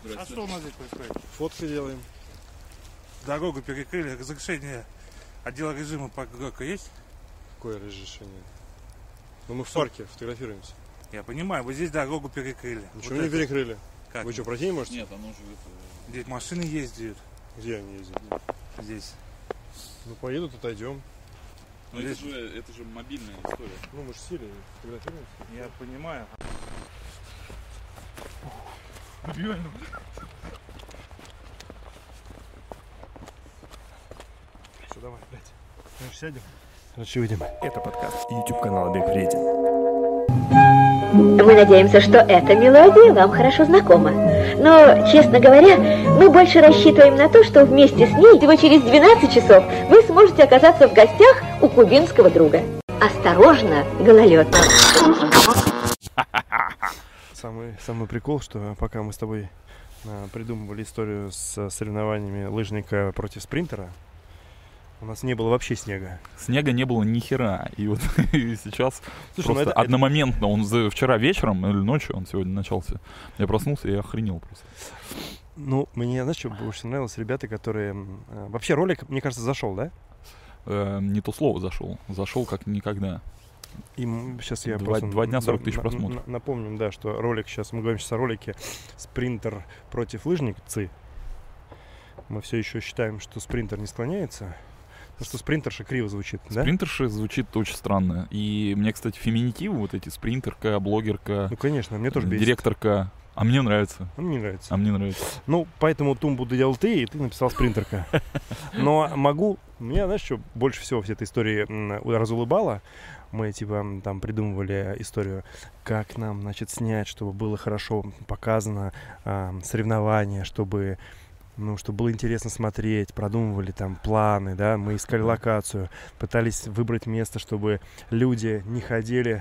А что у нас здесь происходит? Фотки делаем. Дорогу перекрыли, разрешение отдела режима по ГРК есть? Какое разрешение? Ну мы в парке фотографируемся. Я понимаю, вы здесь дорогу перекрыли. Ничего вот не перекрыли. Как? Вы что, пройти не можете? Нет, оно же это... Здесь машины ездят. Где они ездят? Здесь. Ну поедут, отойдем. Но это же мобильная история. Ну мы же сели, фотографируемся. Я понимаю. Реально. Все, давай, блядь. Мы же сядем. Короче, выйдем. Это подкаст YouTube-канала Бег Вреден. Мы надеемся, что эта мелодия вам хорошо знакома. Но, честно говоря, мы больше рассчитываем на то, что вместе с ней всего через 12 часов вы сможете оказаться в гостях у кубинского друга. Осторожно, гололед. Самый прикол, что пока мы с тобой придумывали историю с соревнованиями лыжника против спринтера, у нас не было вообще снега. Снега не было ни хера. И вот и сейчас. Слушай, просто одномоментно, он вчера вечером или ночью, он сегодня начался. Я проснулся и охренел просто. Ну, мне, знаешь, что больше нравилось? Ребята, которые... Вообще ролик, мне кажется, зашел, да? Не то слово зашел. Зашел как никогда. И сейчас я Два дня 40 тысяч просмотров. Напомним, да, что ролик сейчас, мы говорим сейчас о ролике «Спринтер против лыжницы». Мы все еще считаем, что спринтер не склоняется. Потому что спринтерша криво звучит, да? Спринтерша звучит очень странно. И мне, кстати, феминитивы, вот эти спринтерка, блогерка, Ну, конечно, мне тоже бесит. директорка. А мне нравится. А мне не нравится. А мне нравится. Ну, поэтому тумбу доделал ты, и ты написал спринтерка. Но меня, знаешь, что больше всего в этой истории разулыбало? Мы, типа, там придумывали историю, как нам, значит, снять, чтобы было хорошо показано соревнование, чтобы было интересно смотреть, продумывали там планы, да, мы искали локацию, пытались выбрать место, чтобы люди не ходили,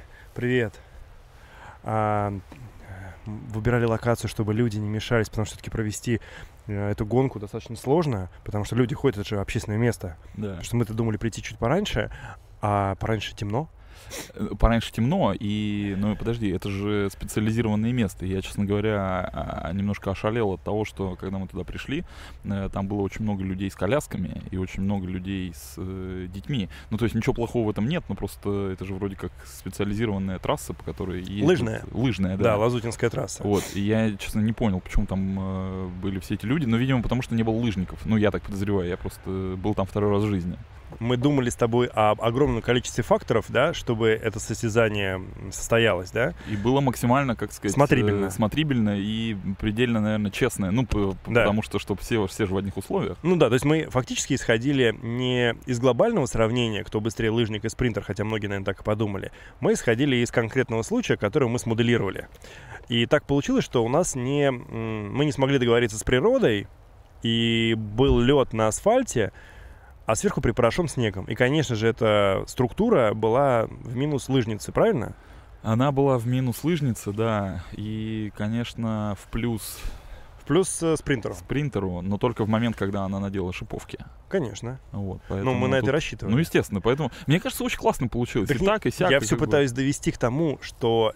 выбирали локацию, чтобы люди не мешались, потому что все-таки провести эту гонку достаточно сложно, потому что люди ходят, это же общественное место. Да. Потому что мы-то думали прийти чуть пораньше, а пораньше темно. Пораньше темно, ну подожди, это же специализированное место. Я, честно говоря, немножко ошалел от того, что когда мы туда пришли, там было очень много людей с колясками и очень много людей с детьми. Ну, то есть ничего плохого в этом нет, но просто это же вроде как специализированная трасса, по которой ездят... Лыжная, да. Да, Лазутинская трасса. Вот, и я, честно, не понял, почему там были все эти люди, но, видимо, потому что не было лыжников. Ну, я так подозреваю, я просто был там второй раз в жизни. Мы думали с тобой об огромном количестве факторов, да, чтобы это состязание состоялось, да? И было максимально, как сказать, смотрибельно и предельно, наверное, честное. Ну, потому что, чтобы все же в одних условиях. Ну да, то есть мы фактически исходили не из глобального сравнения, кто быстрее лыжник и спринтер, хотя многие, наверное, так и подумали. Мы исходили из конкретного случая, который мы смоделировали. И так получилось, что у нас мы не смогли договориться с природой, и был лед на асфальте, а сверху припорошен снегом. И, конечно же, эта структура была в минус лыжницы, правильно? Она была в минус лыжницы, да. И, конечно, в плюс... В плюс спринтеру. Но только в момент, когда она надела шиповки. Конечно. Вот, но мы на это рассчитывали. Ну, естественно. Поэтому, мне кажется, очень классно получилось. Так и так, и сяк. Я все пытаюсь довести к тому, что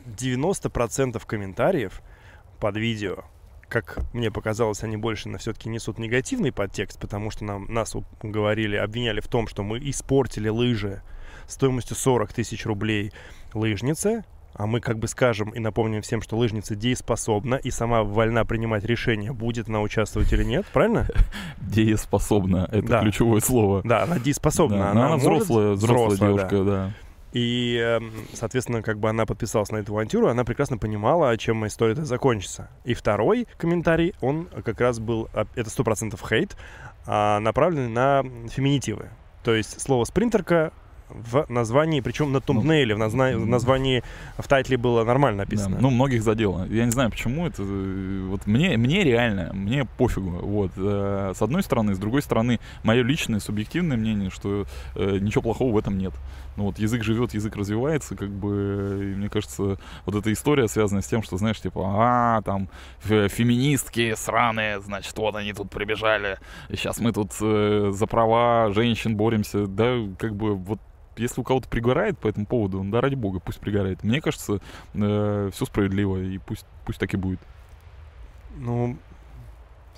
90% комментариев под видео, как мне показалось, они больше все-таки несут негативный подтекст, потому что нас обвиняли в том, что мы испортили лыжи стоимостью 40 тысяч рублей лыжнице, а мы как бы скажем и напомним всем, что лыжница дееспособна и сама вольна принимать решение, будет она участвовать или нет, правильно? Дееспособна, это ключевое слово. Да, она дееспособна. Да, она взрослая девушка, да. И, соответственно, как бы она подписалась на эту авантюру, она прекрасно понимала, чем история это закончится. И второй комментарий, он как раз был, это 100% хейт, направленный на феминитивы. То есть слово «спринтерка» в названии, причем на тумбнейле, в названии, в тайтле было нормально написано. Да, многих задело. Я не знаю, почему это. Вот мне реально, мне пофигу. Вот. С одной стороны, с другой стороны, мое личное, субъективное мнение, что ничего плохого в этом нет. Ну вот язык живет, язык развивается, как бы, и мне кажется, вот эта история связана с тем, что, знаешь, типа, там, феминистки сраные, значит, вот они тут прибежали, и сейчас мы тут за права женщин боремся, да, как бы, вот, если у кого-то пригорает по этому поводу, да, ради бога, пусть пригорает. Мне кажется, все справедливо, и пусть так и будет. Ну,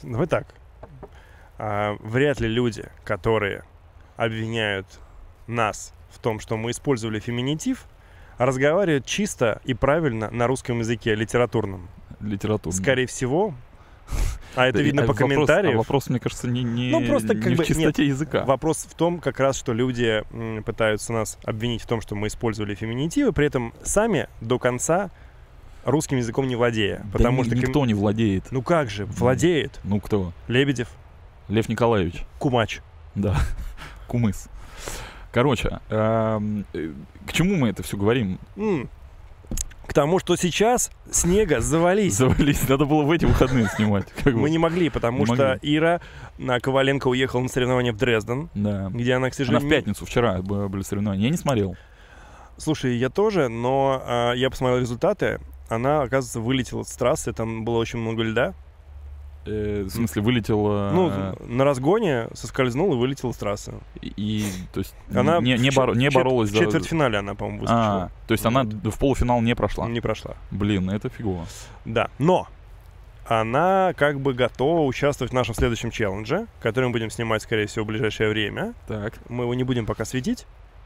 Давай так. Вряд ли люди, которые обвиняют нас в том, что мы использовали феминитив, разговаривают чисто и правильно на русском языке, литературном. Скорее всего. А это видно по комментариям. Вопрос, мне кажется, не просто как бы в чистоте языка. Вопрос в том, как раз, что люди пытаются нас обвинить в том, что мы использовали феминитивы, при этом сами до конца русским языком не владея. Потому что никто не владеет. Ну как же, владеет. Ну кто? Лебедев. Лев Николаевич. Кумач. Да, Кумыс. Короче, к чему мы это все говорим? К тому, что сейчас снега завались. Надо было в эти выходные снимать. Мы не могли, потому что Ира Коваленко уехала на соревнования в Дрезден, где она, к сожалению... Она в пятницу, вчера были соревнования. Я не смотрел. Слушай, я тоже, но я посмотрел результаты. Она, оказывается, вылетела с трассы, там было очень много льда. В смысле, вылетела... Ну, на разгоне соскользнула и вылетела с трассы. И то есть, она не боролась за... В четвертьфинале она, по-моему, выскочила. То есть она в полуфинал не прошла? Не прошла. Блин, это фигово. Да, но она как бы готова участвовать в нашем следующем челлендже, который мы будем снимать, скорее всего, в ближайшее время. Так. Мы его не будем пока светить.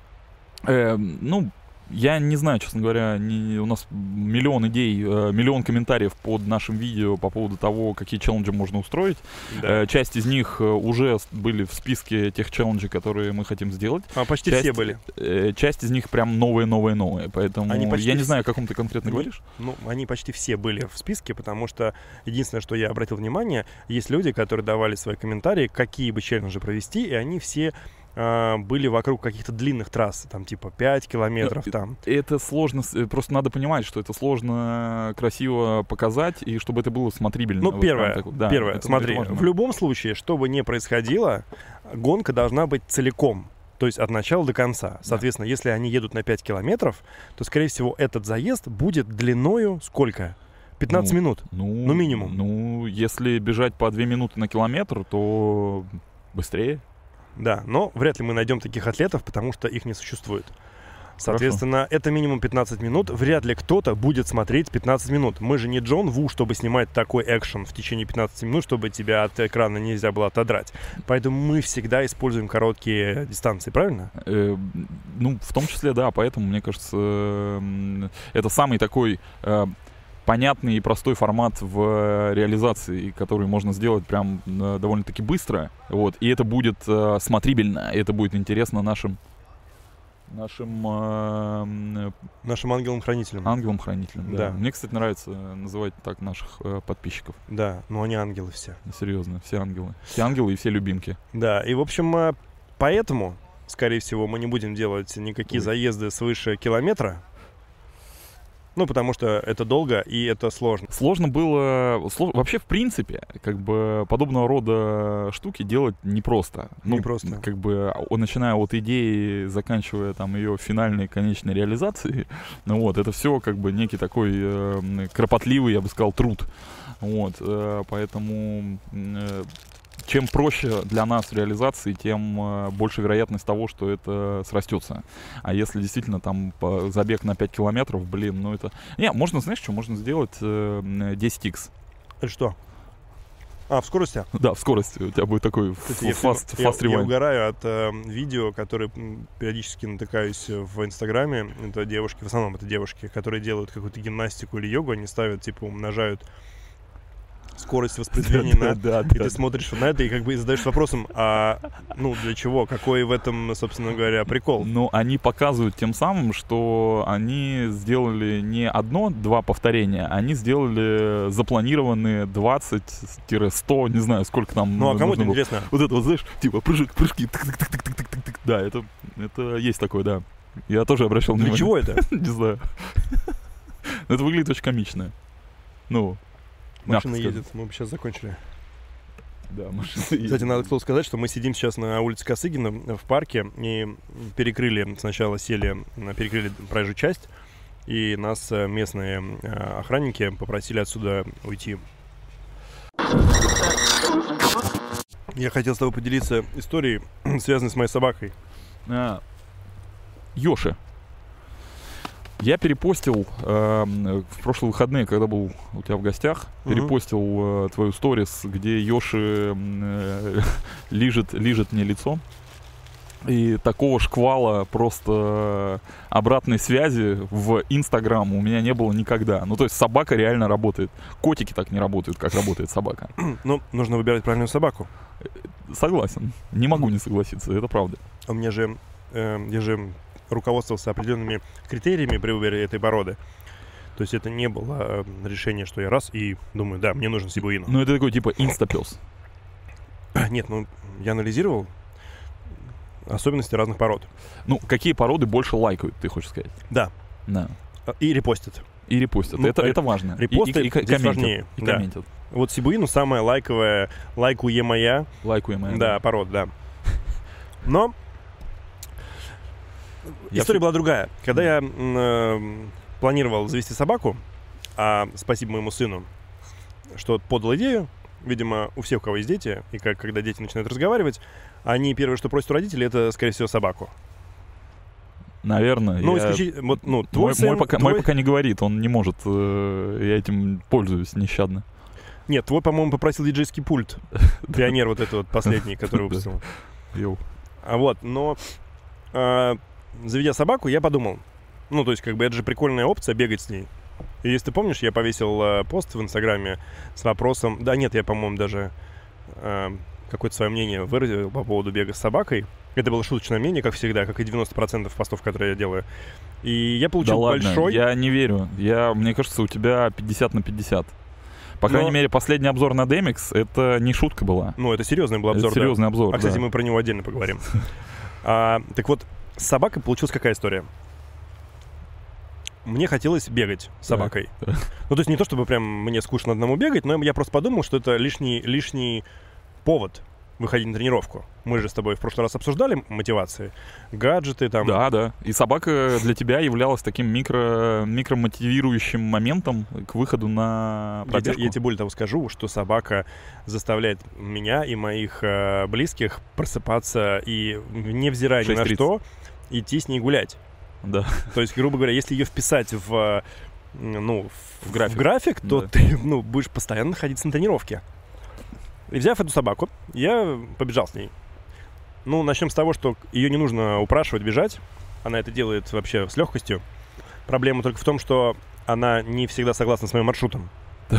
Я не знаю, честно говоря, у нас миллион идей, миллион комментариев под нашим видео по поводу того, какие челленджи можно устроить. Да. Часть из них уже были в списке тех челленджей, которые мы хотим сделать. Почти все были. Часть из них прям новые. Поэтому я не знаю, о каком ты конкретно говоришь. Они почти все были в списке, потому что единственное, что я обратил внимание, есть люди, которые давали свои комментарии, какие бы челленджи провести, и они все... были вокруг каких-то длинных трасс, там типа 5 километров там. Это сложно, просто надо понимать, что это сложно красиво показать, и чтобы это было смотрибельно. Ну, первое, смотри, в любом случае, что бы ни происходило, гонка должна быть целиком, то есть от начала до конца. Соответственно, если они едут на 5 километров, то, скорее всего, этот заезд будет длиною сколько? 15 минут? Ну, минимум. Ну, если бежать по 2 минуты на километр, то быстрее. Да, но вряд ли мы найдем таких атлетов, потому что их не существует. Соответственно, Хорошо. Это минимум 15 минут. Вряд ли кто-то будет смотреть 15 минут. Мы же не Джон Ву, чтобы снимать такой экшен в течение 15 минут, чтобы тебя от экрана нельзя было отодрать. Поэтому мы всегда используем короткие дистанции, правильно? В том числе, да. Поэтому, мне кажется, это самый такой... понятный и простой формат в реализации, который можно сделать прям довольно-таки быстро. Вот. И это будет смотрибельно, и это будет интересно нашим ангелам-хранителям. Ангелам-хранителям, да. Мне, кстати, нравится называть так наших подписчиков. Да, но они ангелы все. Серьезно, все ангелы. Все ангелы и все любимки. Да, и, в общем, поэтому, скорее всего, мы не будем делать никакие заезды свыше километра. Потому что это долго и это сложно. Сложно было... Вообще, в принципе, как бы подобного рода штуки делать непросто. Непросто. Как бы, начиная от идеи, заканчивая там ее финальной, конечной реализацией, это все как бы некий такой кропотливый, я бы сказал, труд. Поэтому... Чем проще для нас реализации, тем больше вероятность того, что это срастется. А если действительно там забег на 5 километров, это... можно, знаешь, что? Можно сделать 10х. Это что? В скорости? Да, в скорости. У тебя будет такой fast rewind. Я угораю от видео, которые периодически натыкаюсь в Инстаграме. Это девушки, в основном это девушки, которые делают какую-то гимнастику или йогу. Они ставят, умножают скорость воспроизведения и ты смотришь на это и как бы задаешь вопросом, для чего, какой в этом, собственно говоря, прикол? Они показывают тем самым, что они сделали не 1-2 повторения, они сделали запланированные 20-100, не знаю, сколько там. А кому это интересно? Вот это знаешь, типа прыжки. Да, это есть такое, да. Я тоже обращал внимание. Для чего это? Не знаю. Это выглядит очень комично. Машина едет, мы бы сейчас закончили. Да, машина едет. Кстати, надо, кстати, сказать, что мы сидим сейчас на улице Косыгина в парке и сначала перекрыли проезжую часть, и нас местные охранники попросили отсюда уйти. Я хотел с тобой поделиться историей, связанной с моей собакой. Йоши. Я перепостил в прошлые выходные, когда был у тебя в гостях, перепостил твою сторис, где Йоши лижет мне лицо. И такого шквала просто обратной связи в Инстаграм у меня не было никогда. Ну, то есть собака реально работает. Котики так не работают, как работает собака. Ну, нужно выбирать правильную собаку. Согласен. Не могу не согласиться, это правда. У меня же, я же руководствовался определенными критериями при выборе этой породы. То есть это не было решение, что я раз и думаю, да, мне нужен сибуину. Ну, это такой типа инстапес. Нет, ну, я анализировал особенности разных пород. Ну, какие породы больше лайкают, ты хочешь сказать? Да. Да. И репостят. И репостят. Ну, это важно. Репосты и здесь важнее. И Да. комментят. Вот сибуину самая лайкуемая. Лайкуемая. Да, порода, да. Но история была другая. Когда я планировал завести собаку, а спасибо моему сыну, что подал идею, видимо, у всех, у кого есть дети, и когда дети начинают разговаривать, они первое, что просят у родителей, это, скорее всего, собаку. Наверное. Ну, вот, ну, твой сын... Мой пока не говорит, он не может. Я этим пользуюсь нещадно. Нет, твой, по-моему, попросил диджейский пульт. Пионер вот этот вот последний, который выпустил. Вот, но заведя собаку, я подумал, ну, то есть, как бы, это же прикольная опция бегать с ней. И если ты помнишь, я повесил пост в Инстаграме с вопросом... Да нет, я, по-моему, даже какое-то свое мнение выразил по поводу бега с собакой. Это было шуточное мнение, как всегда, как и 90% постов, которые я делаю. И я получил большой... Я не верю. Мне кажется, у тебя 50/50. По крайней мере, последний обзор на Demix, это не шутка была. Ну, это серьезный был обзор, это серьезный обзор, А, кстати, мы про него отдельно поговорим. Так вот, с собакой получилась какая история? Мне хотелось бегать с собакой. Ну, то есть не то, чтобы прям мне скучно одному бегать, но я просто подумал, что это лишний повод выходить на тренировку. Мы же с тобой в прошлый раз обсуждали мотивации, гаджеты там. Да. И собака для тебя являлась таким микромотивирующим моментом к выходу на пробежку. Я тебе более того скажу, что собака заставляет меня и моих близких просыпаться и, невзирая ни на что, идти с ней гулять. Да. То есть, грубо говоря, если ее вписать в график, то ты будешь постоянно находиться на тренировке. И взяв эту собаку, я побежал с ней. Ну, начнем с того, что ее не нужно упрашивать бежать. Она это делает вообще с легкостью. Проблема только в том, что она не всегда согласна с моим маршрутом.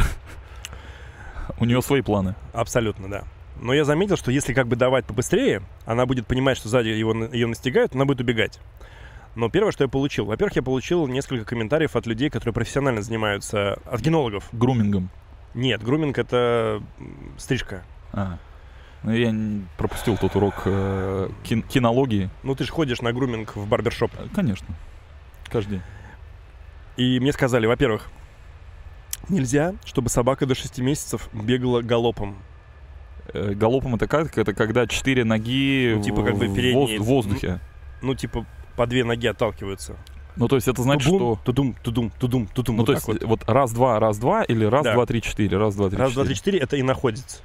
У нее свои планы. Абсолютно, да. Но я заметил, что если как бы давать побыстрее, она будет понимать, что сзади ее настигают, она будет убегать. Но первое, что я получил. Во-первых, я получил несколько комментариев от людей, которые профессионально занимаются, от кинологов. Грумингом. Нет, груминг — это стрижка. Ну, я пропустил тот урок кинологии. Ну, ты же ходишь на груминг в барбершоп. Конечно. Каждый день. И мне сказали, во-первых, нельзя, чтобы собака до 6 месяцев бегала галопом. Галопом это как? Это когда 4 ноги в воздухе. Ну, типа, по 2 ноги отталкиваются. Ну, то есть это значит, что... Тудум. Ну, то есть вот раз-два или раз-два-три-четыре, раз-два-три-четыре. Раз-два-три-четыре — это и находится.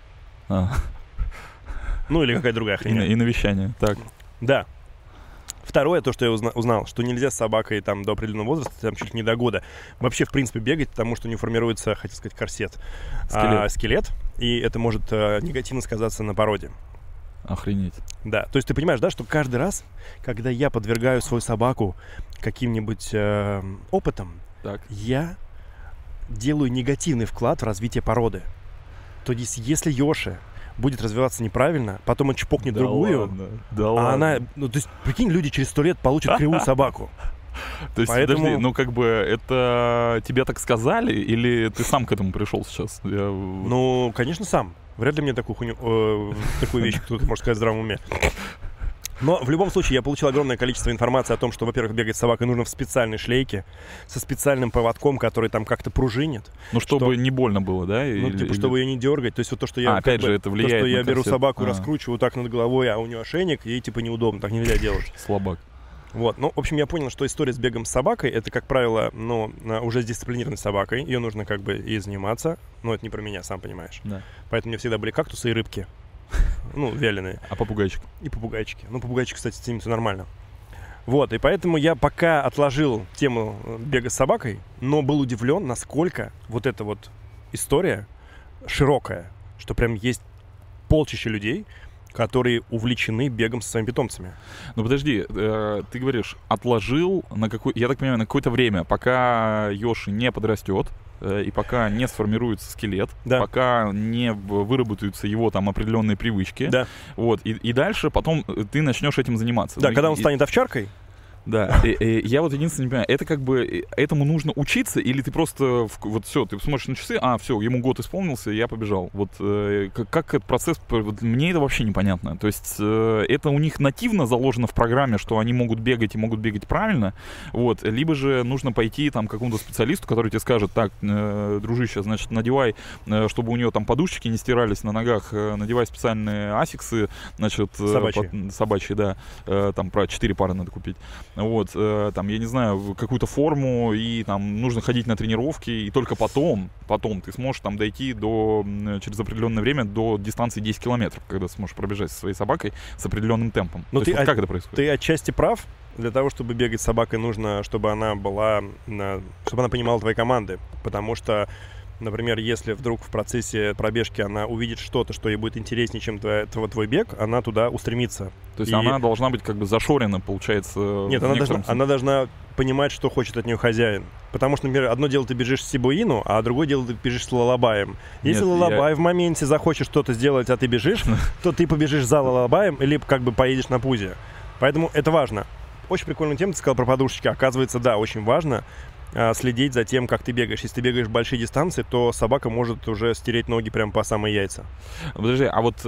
Ну, или какая-то другая хрень. И навещание, так. Да. Второе, то, что я узнал, что нельзя с собакой там до определенного возраста, там чуть ли не до года, вообще, в принципе, бегать, потому что не формируется, хотел сказать, корсет. Скелет. И это может негативно сказаться на породе. Охренеть. Да, то есть ты понимаешь, да, что каждый раз, когда я подвергаю свою собаку каким-нибудь опытом, я делаю негативный вклад в развитие породы. То есть если Йоши будет развиваться неправильно, потом он чпокнет другую, она... Ну, то есть, прикинь, люди через 100 лет получат кривую собаку. То есть, подожди, ну как бы это тебе так сказали, или ты сам к этому пришел сейчас? Ну, конечно, сам. Вряд ли мне такую вещь кто-то может сказать в здравом уме. Но в любом случае я получил огромное количество информации о том, что, во-первых, бегать с собакой нужно в специальной шлейке, со специальным поводком, который там как-то пружинит. Ну, чтобы не больно было, да? Ну, типа, чтобы ее не дергать. То есть вот то, что я... опять же, это влияет на то, что я беру собаку, раскручиваю так над головой, а у нее ошейник, ей типа неудобно, так нельзя делать. Слабак. Вот, ну, в общем, я понял, что история с бегом с собакой, это, как правило, уже с дисциплинированной собакой, ее нужно как бы и заниматься, но это не про меня, сам понимаешь. Да. Поэтому у меня всегда были кактусы и рыбки, ну, вяленые. А попугайчик? И попугайчики. Ну, попугайчик, кстати, с ними все нормально. Вот, и поэтому я пока отложил тему бега с собакой, но был удивлен, насколько вот эта вот история широкая, что прям есть полчища людей, которые увлечены бегом со своими питомцами. Ну подожди, ты говоришь, отложил я так понимаю, на какое-то время, пока Йоши не подрастет, и пока не сформируется скелет, Да. пока не выработаются его там определенные привычки, Да, вот, и дальше потом ты начнешь этим заниматься. да, Ну, когда он и- станет овчаркой, Да, я вот единственное не понимаю, это как бы этому нужно учиться, или ты просто вот все, ты смотришь на часы, все, ему год исполнился, я побежал. Вот как этот процесс, вот мне это вообще непонятно. То есть это у них нативно заложено в программе, что они могут бегать и могут бегать правильно, вот, либо же нужно пойти там к какому-то специалисту, который тебе скажет: так, дружище, значит, надевай, чтобы у нее там подушечки не стирались на ногах, надевай специальные асиксы, значит, собачьи, да, там про 4 пары надо купить. Вот, там, я не знаю, какую-то форму, и там нужно ходить на тренировки, и только потом ты сможешь там дойти через определенное время до дистанции 10 километров, когда сможешь пробежать со своей собакой с определенным темпом. Но То есть, ты вот как это происходит? ты отчасти прав. Для того, чтобы бегать с собакой, нужно, чтобы она понимала твои команды. Потому что, например, если вдруг в процессе пробежки она увидит что-то, что ей будет интереснее, чем твой бег, она туда устремится. То есть И- она должна быть как бы зашорена, получается. Нет, в некотором она должна понимать, что хочет от нее хозяин. Потому что, например, одно дело ты бежишь с Сибуину, а другое дело ты бежишь с Лалабаем. Если Нет, Лалабай в моменте захочет что-то сделать, а ты бежишь, то ты побежишь за Лалабаем или как бы поедешь на пузе. Поэтому это важно. Очень прикольную тему ты сказал про подушечки. Оказывается, да, очень важно следить за тем, как ты бегаешь. Если ты бегаешь большие дистанции, то собака может уже стереть ноги прямо по самые яйца. Подожди, а вот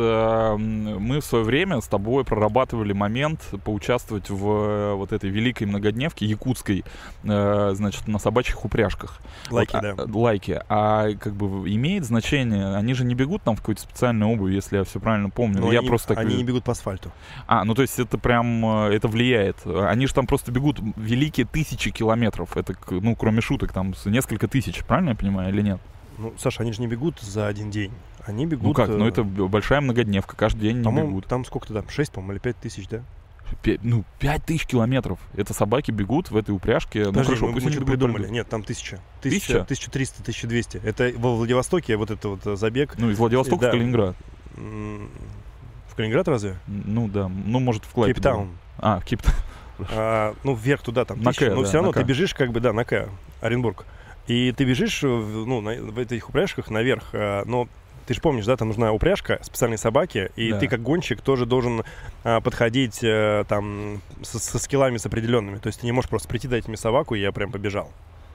мы в свое время с тобой прорабатывали момент поучаствовать в вот этой великой многодневке якутской, значит, на собачьих упряжках. Лайки, Вот, да. Лайки. А как бы имеет значение, они же не бегут там в какой-то специальной обуви, если я все правильно помню. Но Я они, просто так... они не бегут по асфальту. Ну то есть это прям, это влияет. Они же там просто бегут великие тысячи километров. Это, ну, кроме шуток, там несколько тысяч, правильно я понимаю, или нет? Ну, Саша, они же не бегут за один день. Они бегут... Ну как, ну это большая многодневка, каждый день не по-моему, бегут. там сколько-то там, 6, по-моему, или 5 тысяч, да? 5000 километров. Это собаки бегут в этой упряжке. Подожди, ну хорошо, мы пусть они что-то бегут придумали. только- Нет, там 1000. 1000? 1300, 1200. Это во Владивостоке вот это вот забег. Ну, из Владивостока Да. в Калининград. В Калининград разве? Ну да, ну может в Клайпеду. Кейптаун. Кейптаун. Ну, вверх туда, там На 1000. К, Но да, все равно на К. ты бежишь как бы, да, на К, Оренбург. И ты бежишь в этих упряжках наверх. Но ты же помнишь, да, там нужна упряжка специальной собаки, и Да. ты как гонщик тоже должен подходить там со скиллами с определенными. То есть ты не можешь просто прийти, дать мне собаку, и я прям побежал.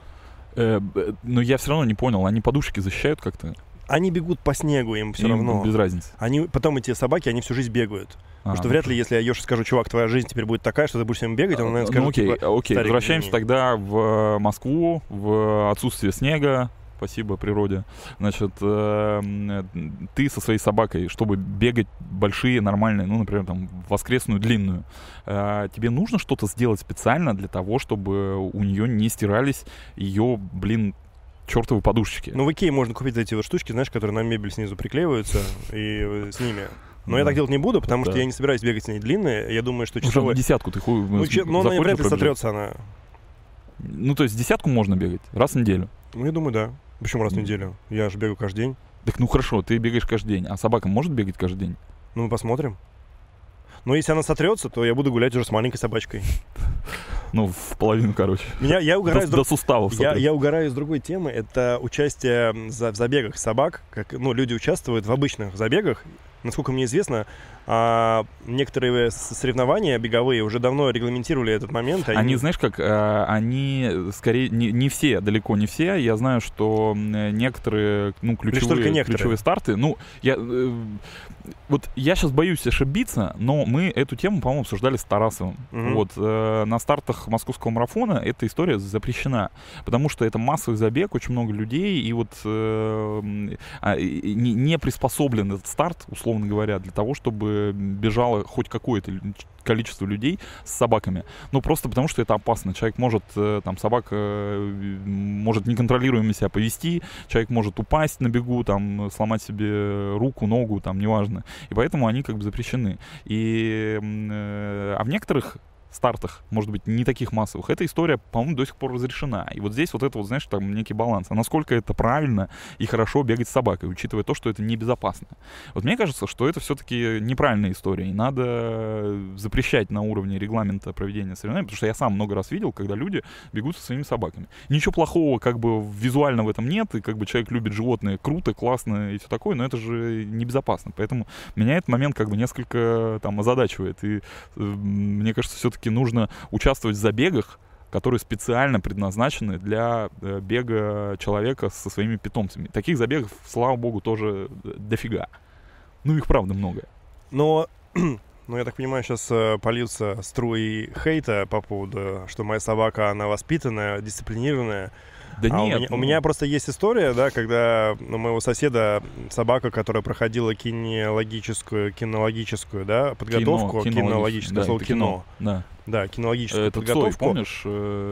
Но я все равно не понял, они подушки защищают как-то? Они бегут по снегу, им все Им равно. без разницы. Потом эти собаки, они всю жизнь бегают. Потому что вряд ли, если я Ёше скажу: чувак, твоя жизнь теперь будет такая, что ты будешь всем бегать, он, наверное, скажет, Ну окей, типа, окей. «Старик, Возвращаемся извини». тогда в Москву, в отсутствие снега. Спасибо природе. Значит, ты со своей собакой, чтобы бегать большие, нормальные, ну, например, там, воскресную, длинную, тебе нужно что-то сделать специально для того, чтобы у нее не стирались ее, чертовы подушечки? Ну, в Икее можно купить эти вот штучки, знаешь, которые на мебель снизу приклеиваются, и с ними. Но я так делать не буду, потому что Да. я не собираюсь бегать с ней длинные. Я думаю, что Уже часовой... десятку ты Ну, она заходишь вряд ли пробежать? сотрется она. Ну, то есть десятку можно бегать раз в неделю. Ну, я думаю, да. Почему раз в неделю? Я же бегаю каждый день. Так, ну хорошо, ты бегаешь каждый день, а собака может бегать каждый день? Ну, мы посмотрим. Но если она сотрется, то я буду гулять уже с маленькой собачкой. Ну, в половину, короче. Я угораю с До суставов. Я угораю с другой темы. Это участие в забегах собак. Как, люди участвуют в обычных забегах. Насколько мне известно, некоторые соревнования беговые уже давно регламентировали этот момент. Они, знаешь как, они скорее, не все, далеко не все. Я знаю, что некоторые, только ключевые некоторые. старты, я сейчас боюсь ошибиться, но мы эту тему, по-моему, обсуждали с Тарасовым. Мгм. Вот, на стартах московского марафона эта история запрещена, потому что это массовый забег, очень много людей, и вот не приспособлен этот старт, условно говоря, для того, чтобы бежало хоть какое-то количество людей с собаками. Ну, просто потому, что это опасно. Человек может, собака может неконтролируемо себя повести, человек может упасть на бегу, сломать себе руку, ногу, неважно. И поэтому они как бы запрещены. А в некоторых стартах, может быть, не таких массовых, эта история, по-моему, до сих пор разрешена. И вот здесь вот это вот, знаешь, там некий баланс. А насколько это правильно и хорошо бегать с собакой, учитывая то, что это небезопасно. Вот мне кажется, что это все-таки неправильная история. И надо запрещать на уровне регламента проведения соревнований, потому что я сам много раз видел, когда люди бегут со своими собаками. Ничего плохого как бы визуально в этом нет, и как бы человек любит животные, круто, классно и все такое, но это же небезопасно. Поэтому меня этот момент как бы несколько там озадачивает. И мне кажется, все-таки нужно участвовать в забегах, которые специально предназначены для бега человека со своими питомцами. Таких забегов, слава богу, тоже дофига. Ну, их правда много. Но, я так понимаю, сейчас польются струи хейта по поводу, что моя собака, она воспитанная, дисциплинированная. Да нет. У меня просто есть история, да, когда у моего соседа собака, которая проходила кинологическую, да, подготовку, кинологическое слово кино. Да. Да, кинологическую подготовку. Цой, помнишь,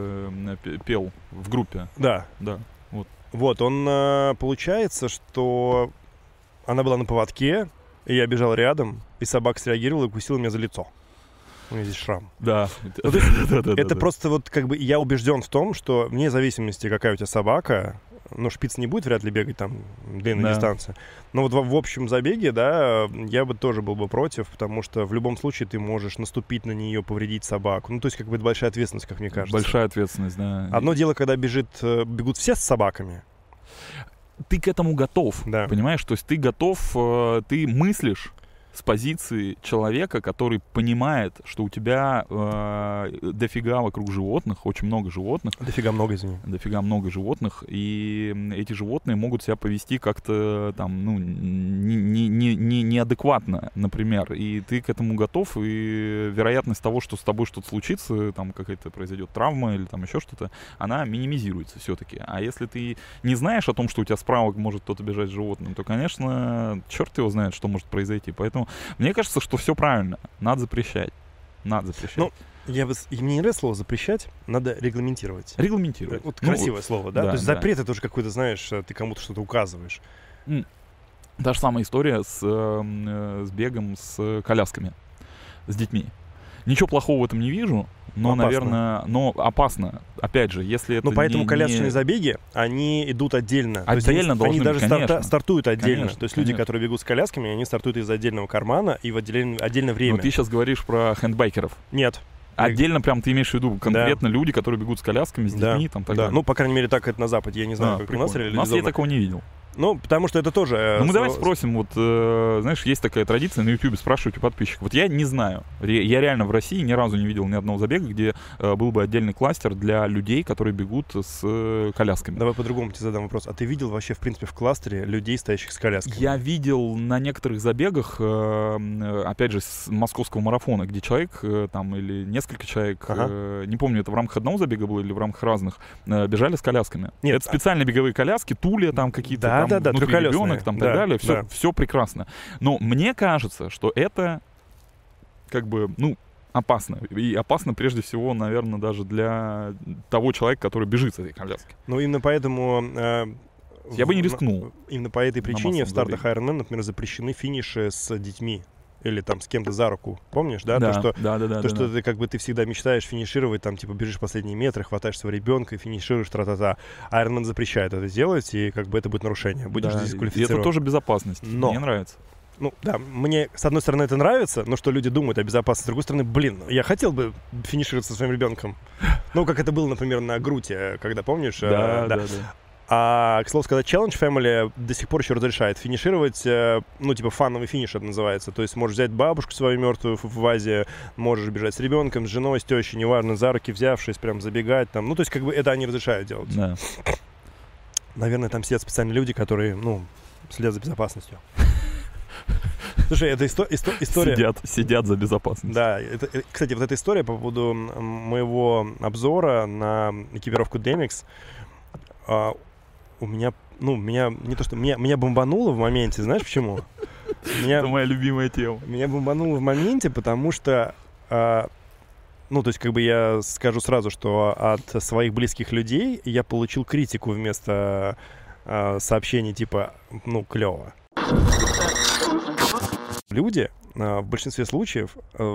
пел в группе? Да. Да. Вот, он, получается, что она была на поводке, и я бежал рядом, и собака среагировала и укусила меня за лицо. У меня здесь шрам. Да. Это просто вот как бы я убежден в том, что вне зависимости, какая у тебя собака, но шпиц не будет вряд ли бегать там длинные дистанции. Но вот в общем забеге, да, я бы тоже был бы против, потому что в любом случае ты можешь наступить на нее, повредить собаку. Ну, то есть как бы это большая ответственность, как мне кажется. Большая ответственность, да. Одно дело, когда бегут все с собаками. Ты к этому готов, понимаешь? То есть ты готов, ты мыслишь с позиции человека, который понимает, что у тебя дофига вокруг животных, очень много животных. Дофига много, извини. Дофига много животных, и эти животные могут себя повести как-то там, ну, неадекватно, например, и ты к этому готов, и вероятность того, что с тобой что-то случится, там какая-то произойдет травма или там еще что-то, она минимизируется все-таки. А если ты не знаешь о том, что у тебя справа может кто-то бежать с животным, то, конечно, черт его знает, что может произойти. Поэтому мне кажется, что все правильно. Надо запрещать. Ну, мне не нравится слово запрещать, надо регламентировать. Регламентировать. Вот красивое слово, да? То есть запрет — это уже какой-то, знаешь, ты кому-то что-то указываешь. Та же самая история с бегом с колясками, с детьми. Ничего плохого в этом не вижу, но, наверное, опасно. Опять же, если это. Но поэтому колясочные забеги, они идут отдельно. Отдельно то есть они даже конечно. стартуют отдельно. Конечно, то есть люди, которые бегут с колясками, они стартуют из отдельного кармана и в отдельное время. Но ты сейчас говоришь про хэндбайкеров. Нет. Отдельно прям ты имеешь в виду конкретно люди, которые бегут с колясками, с детьми, там так далее. Ну, по крайней мере, так это на Западе. Я не знаю, как у нас реализовано. У нас я такого не видел. Ну, потому что это тоже... Ну, мы давайте спросим, вот, знаешь, есть такая традиция на YouTube спрашивать у подписчиков. Вот я не знаю, я реально в России ни разу не видел ни одного забега, где был бы отдельный кластер для людей, которые бегут с колясками. Давай по-другому тебе задам вопрос. А ты видел вообще, в принципе, в кластере людей, стоящих с колясками? Я видел на некоторых забегах, опять же, с московского марафона, где человек там или несколько человек, не помню, это в рамках одного забега было или в рамках разных, бежали с колясками. Нет, это специальные беговые коляски, Туля там какие-то, внутри ребенок, там так далее, все прекрасно. Но мне кажется, что это как бы, ну, опасно. И опасно прежде всего, наверное, даже для того человека, который бежит с этой коляски. Ну, именно поэтому... я бы не рискнул. Именно по этой причине в стартах Ironman, например, запрещены финиши с детьми. Или там с кем-то за руку, помнишь, да? Да, что да. ты как бы ты всегда мечтаешь финишировать, там, типа, бежишь последние метры, хватаешь своего ребенка и финишируешь, тра-та-та. Ironman запрещает это делать, и как бы это будет нарушение. Будешь дисквалифицирован. И это тоже безопасность. Но мне нравится. Ну, да, мне, с одной стороны, это нравится, но что люди думают о безопасности, с другой стороны, блин, я хотел бы финишировать со своим ребенком. Ну, как это было, например, на Груте, когда, помнишь? Да. А, к слову сказать, Challenge Family до сих пор еще разрешает финишировать, ну, типа, фановый финиш это называется. То есть можешь взять бабушку свою мертвую в вазе, можешь бежать с ребенком, с женой, с тещей, неважно, за руки взявшись, прям забегать там. Ну, то есть, как бы, это они разрешают делать. Да. Наверное, там сидят специальные люди, которые, ну, следят за безопасностью. Слушай, это история... Сидят за безопасность. Да, кстати, вот эта история по поводу моего обзора на экипировку Demix, меня не то что... Меня бомбануло в моменте, знаешь почему? Это моя любимая тема. Меня бомбануло в моменте, потому что... ну, то есть, как бы я скажу сразу, что от своих близких людей я получил критику вместо сообщений типа, ну, клево. люди в большинстве случаев,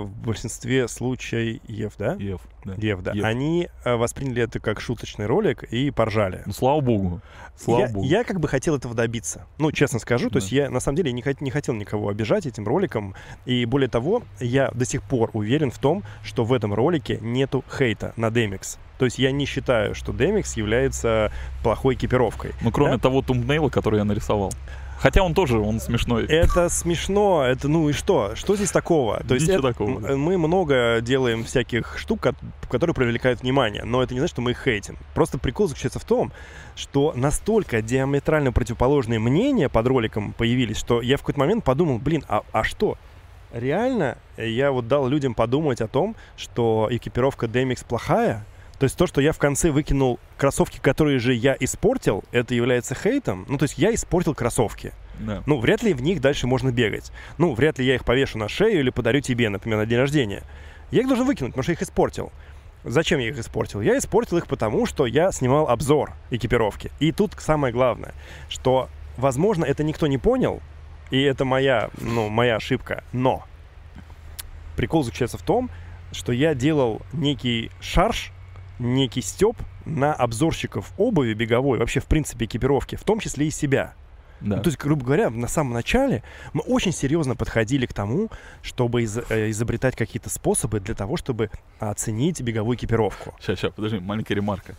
да? Ев. Они восприняли это как шуточный ролик и поржали. Ну, слава богу. Я как бы хотел этого добиться. Ну, честно скажу, то есть я на самом деле не хотел никого обижать этим роликом. И более того, я до сих пор уверен в том, что в этом ролике нету хейта на DMX. То есть я не считаю, что DMX является плохой экипировкой. Ну, кроме того тумбнейла, который я нарисовал. Хотя он смешной. Это смешно, это ну и что? Что здесь такого? То есть такого, да. Мы много делаем всяких штук, которые привлекают внимание, но это не значит, что мы их хейтим. Просто прикол заключается в том, что настолько диаметрально противоположные мнения под роликом появились, что я в какой-то момент подумал, а что? Реально я вот дал людям подумать о том, что экипировка DMX плохая? То есть то, что я в конце выкинул кроссовки, которые же я испортил, это является хейтом? Ну, то есть я испортил кроссовки. Да. Ну, вряд ли в них дальше можно бегать. Ну, вряд ли я их повешу на шею или подарю тебе, например, на день рождения. Я их должен выкинуть, потому что я их испортил. Зачем я их испортил? Я испортил их потому, что я снимал обзор экипировки. И тут самое главное, что, возможно, это никто не понял, и это моя ошибка, но прикол заключается в том, что я делал некий шарж, некий стёб на обзорщиков обуви беговой, вообще, в принципе, экипировки, в том числе и себя. Да. Ну, то есть, грубо говоря, на самом начале мы очень серьезно подходили к тому, чтобы изобретать какие-то способы для того, чтобы оценить беговую экипировку. Сейчас, подожди, маленькая ремарка.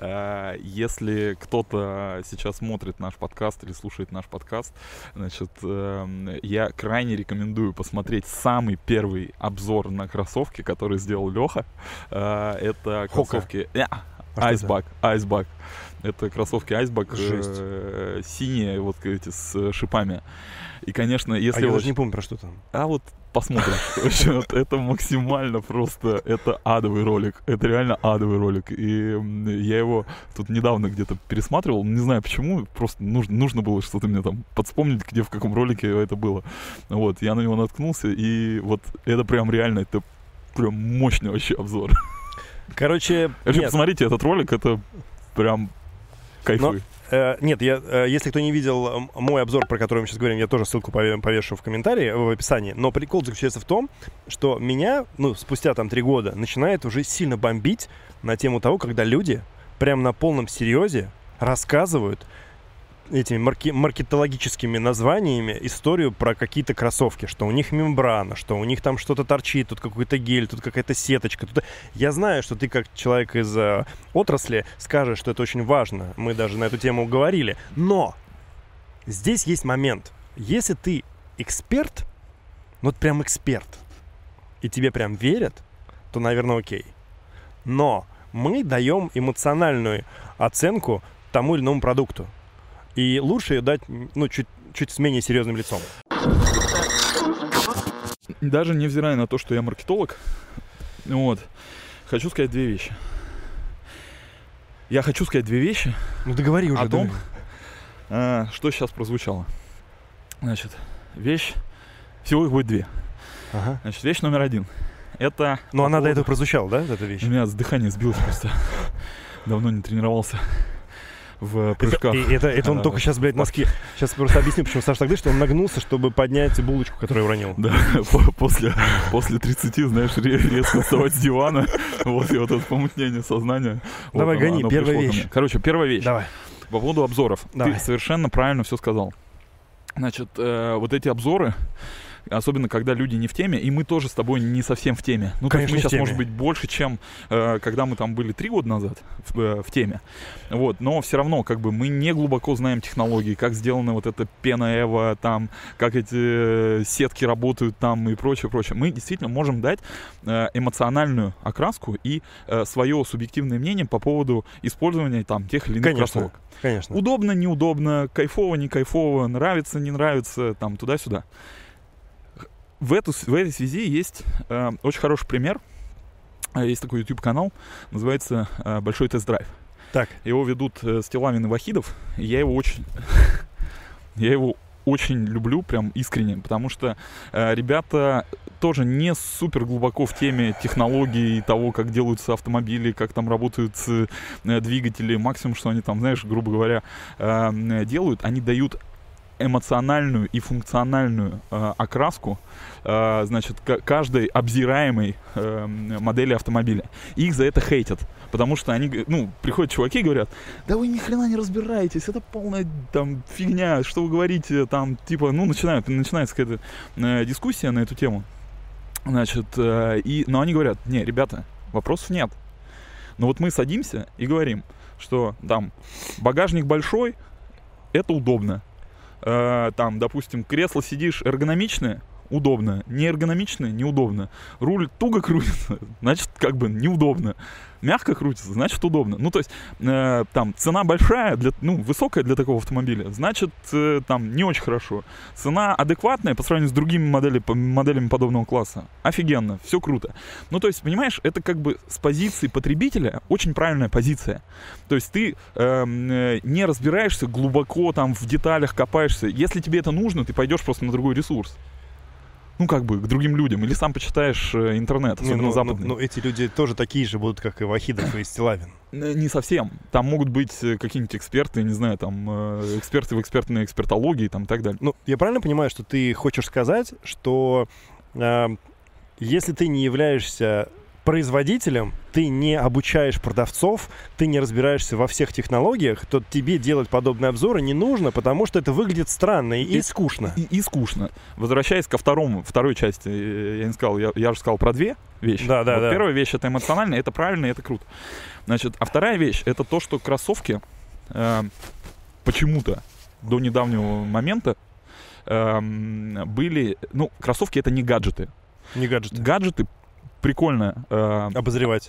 Если кто-то сейчас смотрит наш подкаст или слушает наш подкаст, значит, я крайне рекомендую посмотреть самый первый обзор на кроссовки, который сделал Леха. Это кроссовки... Айсбак. Это кроссовки Айсбак синие, вот эти с шипами. И, конечно, если... я даже не помню, про что там. А вот посмотрим. Это максимально просто... Это адовый ролик. Это реально адовый ролик. И я его тут недавно где-то пересматривал. Не знаю почему. Просто нужно было что-то мне там подвспомнить, где, в каком ролике это было. Вот. Я на него наткнулся. И вот это прям реально... Это прям мощный вообще обзор. Короче, посмотрите этот ролик. Это прям... Кайфуй. Если кто не видел мой обзор, про который мы сейчас говорим, я тоже ссылку повешу в комментарии, в описании. Но прикол заключается в том, что меня, спустя 3 года, начинает уже сильно бомбить на тему того, когда люди прям на полном серьезе рассказывают этими маркетологическими названиями историю про какие-то кроссовки, что у них мембрана, что у них там что-то торчит, тут какой-то гель, тут какая-то сеточка. Я знаю, что ты как человек из отрасли скажешь, что это очень важно. Мы даже на эту тему говорили. Но здесь есть момент. Если ты эксперт, вот прям эксперт, и тебе прям верят, то, наверное, окей. Но мы даем эмоциональную оценку тому или иному продукту. И лучше ее дать, чуть с менее серьезным лицом. Даже невзирая на то, что я маркетолог, хочу сказать 2 вещи. Я хочу сказать 2 вещи. Договори уже. О том, что сейчас прозвучало. Значит, вещь... Всего их будет 2. Ага. Значит, вещь номер 1. Это... Но она до этого прозвучала, да, эта вещь? У меня дыхание сбилось просто. Давно не тренировался в прыжках. Это он только сейчас, носки. Сейчас просто объясню, почему Саша так говорит, что он нагнулся, чтобы поднять булочку, которую уронил. Да, после 30, знаешь, резко вставать с дивана. Вот, и вот это помутнение сознания. Давай, гони, первая вещь. Короче, первая вещь. Давай. По поводу обзоров. Ты совершенно правильно все сказал. Значит, вот эти обзоры, особенно когда люди не в теме, и мы тоже с тобой не совсем в теме. Ну, конечно, мы сейчас, может быть, больше, чем когда мы там были 3 года назад в теме. Вот, но все равно, мы не глубоко знаем технологии, как сделана вот эта пена Эва, там, как эти сетки работают там и прочее. Мы действительно можем дать эмоциональную окраску и свое субъективное мнение по поводу использования там тех или иных кроссовок. Конечно. Удобно, неудобно, кайфово, не кайфово, нравится, не нравится, там, туда-сюда. В этой связи есть очень хороший пример. Есть такой YouTube-канал, называется «Большой тест-драйв». Так. Его ведут Стилавин и Вахидов. И я его очень люблю, прям искренне, потому что ребята тоже не супер глубоко в теме технологий, того, как делаются автомобили, как там работают двигатели. Максимум, что они там, знаешь, грубо говоря, делают, они дают эмоциональную и функциональную окраску, значит, каждой обзираемой модели автомобиля. Их за это хейтят. Потому что они, приходят чуваки и говорят: да вы ни хрена не разбираетесь, это полная там фигня, что вы говорите, там, типа, начинается какая-то дискуссия на эту тему. Значит, но они говорят: не, ребята, вопросов нет. Но вот мы садимся и говорим, что там багажник большой, это удобно. Там, допустим, кресло сидишь эргономичное, удобно. Не эргономичное, неудобно. Руль туго крутится, значит, как бы неудобно. Мягко крутится, значит, удобно. Ну, то есть, там, цена большая, высокая для такого автомобиля, значит, там, не очень хорошо. Цена адекватная по сравнению с другими моделями подобного класса. Офигенно, все круто. Ну, то есть, понимаешь, это как бы с позиции потребителя очень правильная позиция. То есть, ты не разбираешься глубоко, там, в деталях копаешься. Если тебе это нужно, ты пойдешь просто на другой ресурс. Как бы, к другим людям. Или сам почитаешь интернет, особенно западный. Но эти люди тоже такие же будут, как и Вахидов и Стилавин. Не совсем. Там могут быть какие-нибудь эксперты, не знаю, там, эксперты в экспертной экспертологии, там, и так далее. Я правильно понимаю, что ты хочешь сказать, что если ты не являешься производителем, ты не обучаешь продавцов, ты не разбираешься во всех технологиях, то тебе делать подобные обзоры не нужно, потому что это выглядит странно и скучно. И скучно. Возвращаясь ко второй части, я не сказал, я уже сказал про две вещи. Да. Первая вещь — это эмоционально, это правильно, это круто. Значит, а вторая вещь — это то, что кроссовки почему-то до недавнего момента были... кроссовки — это не гаджеты. Не гаджеты. Гаджеты прикольно обзирать,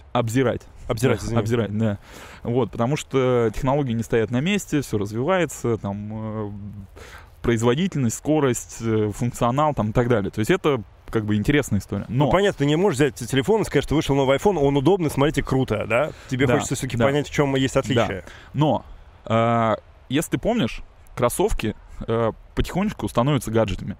да. Вот, потому что технологии не стоят на месте, все развивается, там производительность, скорость, функционал, там, и так далее. То есть это как бы интересная история. Но понятно, ты не можешь взять телефон и сказать, что вышел новый iPhone, он удобный, смотрите, круто, да? Тебе хочется все-таки понять, в чем есть отличие. Да. Но если ты помнишь, кроссовки потихонечку становятся гаджетами.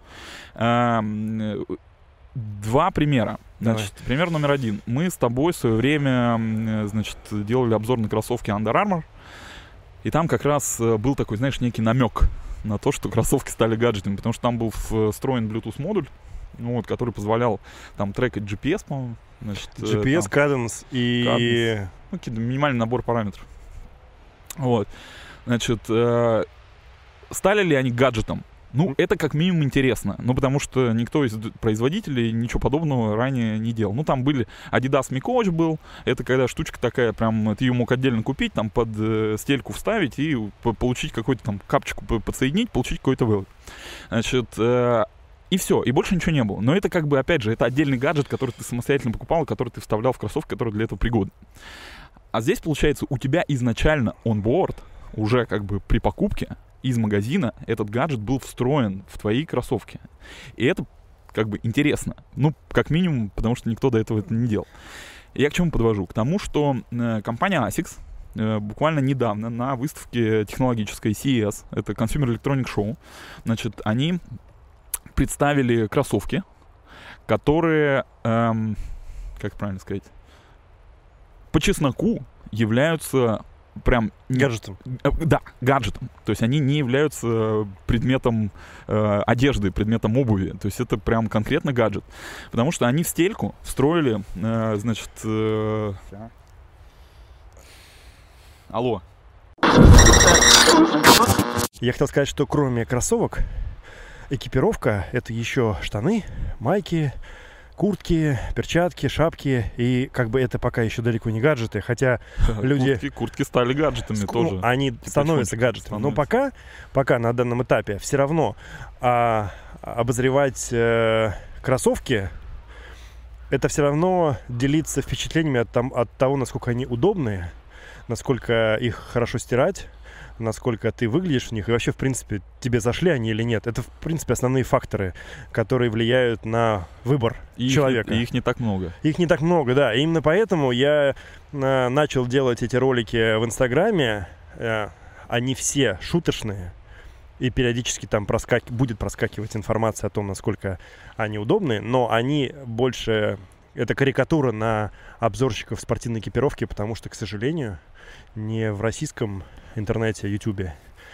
Два примера. Значит, пример номер один. Мы с тобой в свое время, значит, делали обзор на кроссовки Under Armour. И там как раз был такой, знаешь, некий намек на то, что кроссовки стали гаджетами. Потому что там был встроен Bluetooth модуль, который позволял там трекать GPS, по-моему. Значит, GPS, Cadence и... какой-то минимальный набор параметров. Вот. Значит, стали ли они гаджетом? Это как минимум интересно. Потому что никто из производителей ничего подобного ранее не делал. Там были Adidas Mi Coach был. Это когда штучка такая, прям ты ее мог отдельно купить, там под стельку вставить и получить какой-то там капчику подсоединить, получить какой-то вывод. Значит, и все, и больше ничего не было. Но это как бы, опять же, это отдельный гаджет, который ты самостоятельно покупал, который ты вставлял в кроссовки, который для этого пригоден. А здесь, получается, у тебя изначально онборд, уже как бы при покупке, из магазина этот гаджет был встроен в твои кроссовки. И это как бы интересно. Как минимум, потому что никто до этого это не делал. Я к чему подвожу? К тому, что компания ASICS буквально недавно на выставке технологической CES, это Consumer Electronics Show, значит, они представили кроссовки, которые, как правильно сказать, по чесноку являются прям... Гаджетом. Да, гаджетом. То есть они не являются предметом одежды, предметом обуви. То есть это прям конкретно гаджет. Потому что они в стельку встроили, значит... Алло. Я хотел сказать, что кроме кроссовок, экипировка — это еще штаны, майки, куртки, перчатки, шапки, и как бы это пока еще далеко не гаджеты, хотя люди... Куртки стали гаджетами тоже. Они становятся гаджетами. Но пока на данном этапе все равно обозревать кроссовки — это все равно делиться впечатлениями от того, насколько они удобные, насколько их хорошо стирать, насколько ты выглядишь в них, и вообще, в принципе, тебе зашли они или нет. Это, в принципе, основные факторы, которые влияют на выбор человека. И их не так много. Их не так много, да. И именно поэтому я начал делать эти ролики в Инстаграме. Они все шуточные. И периодически там будет проскакивать информация о том, насколько они удобны. Но они больше... Это карикатура на обзорщиков спортивной экипировки, потому что, к сожалению, не в российском интернете, ютубе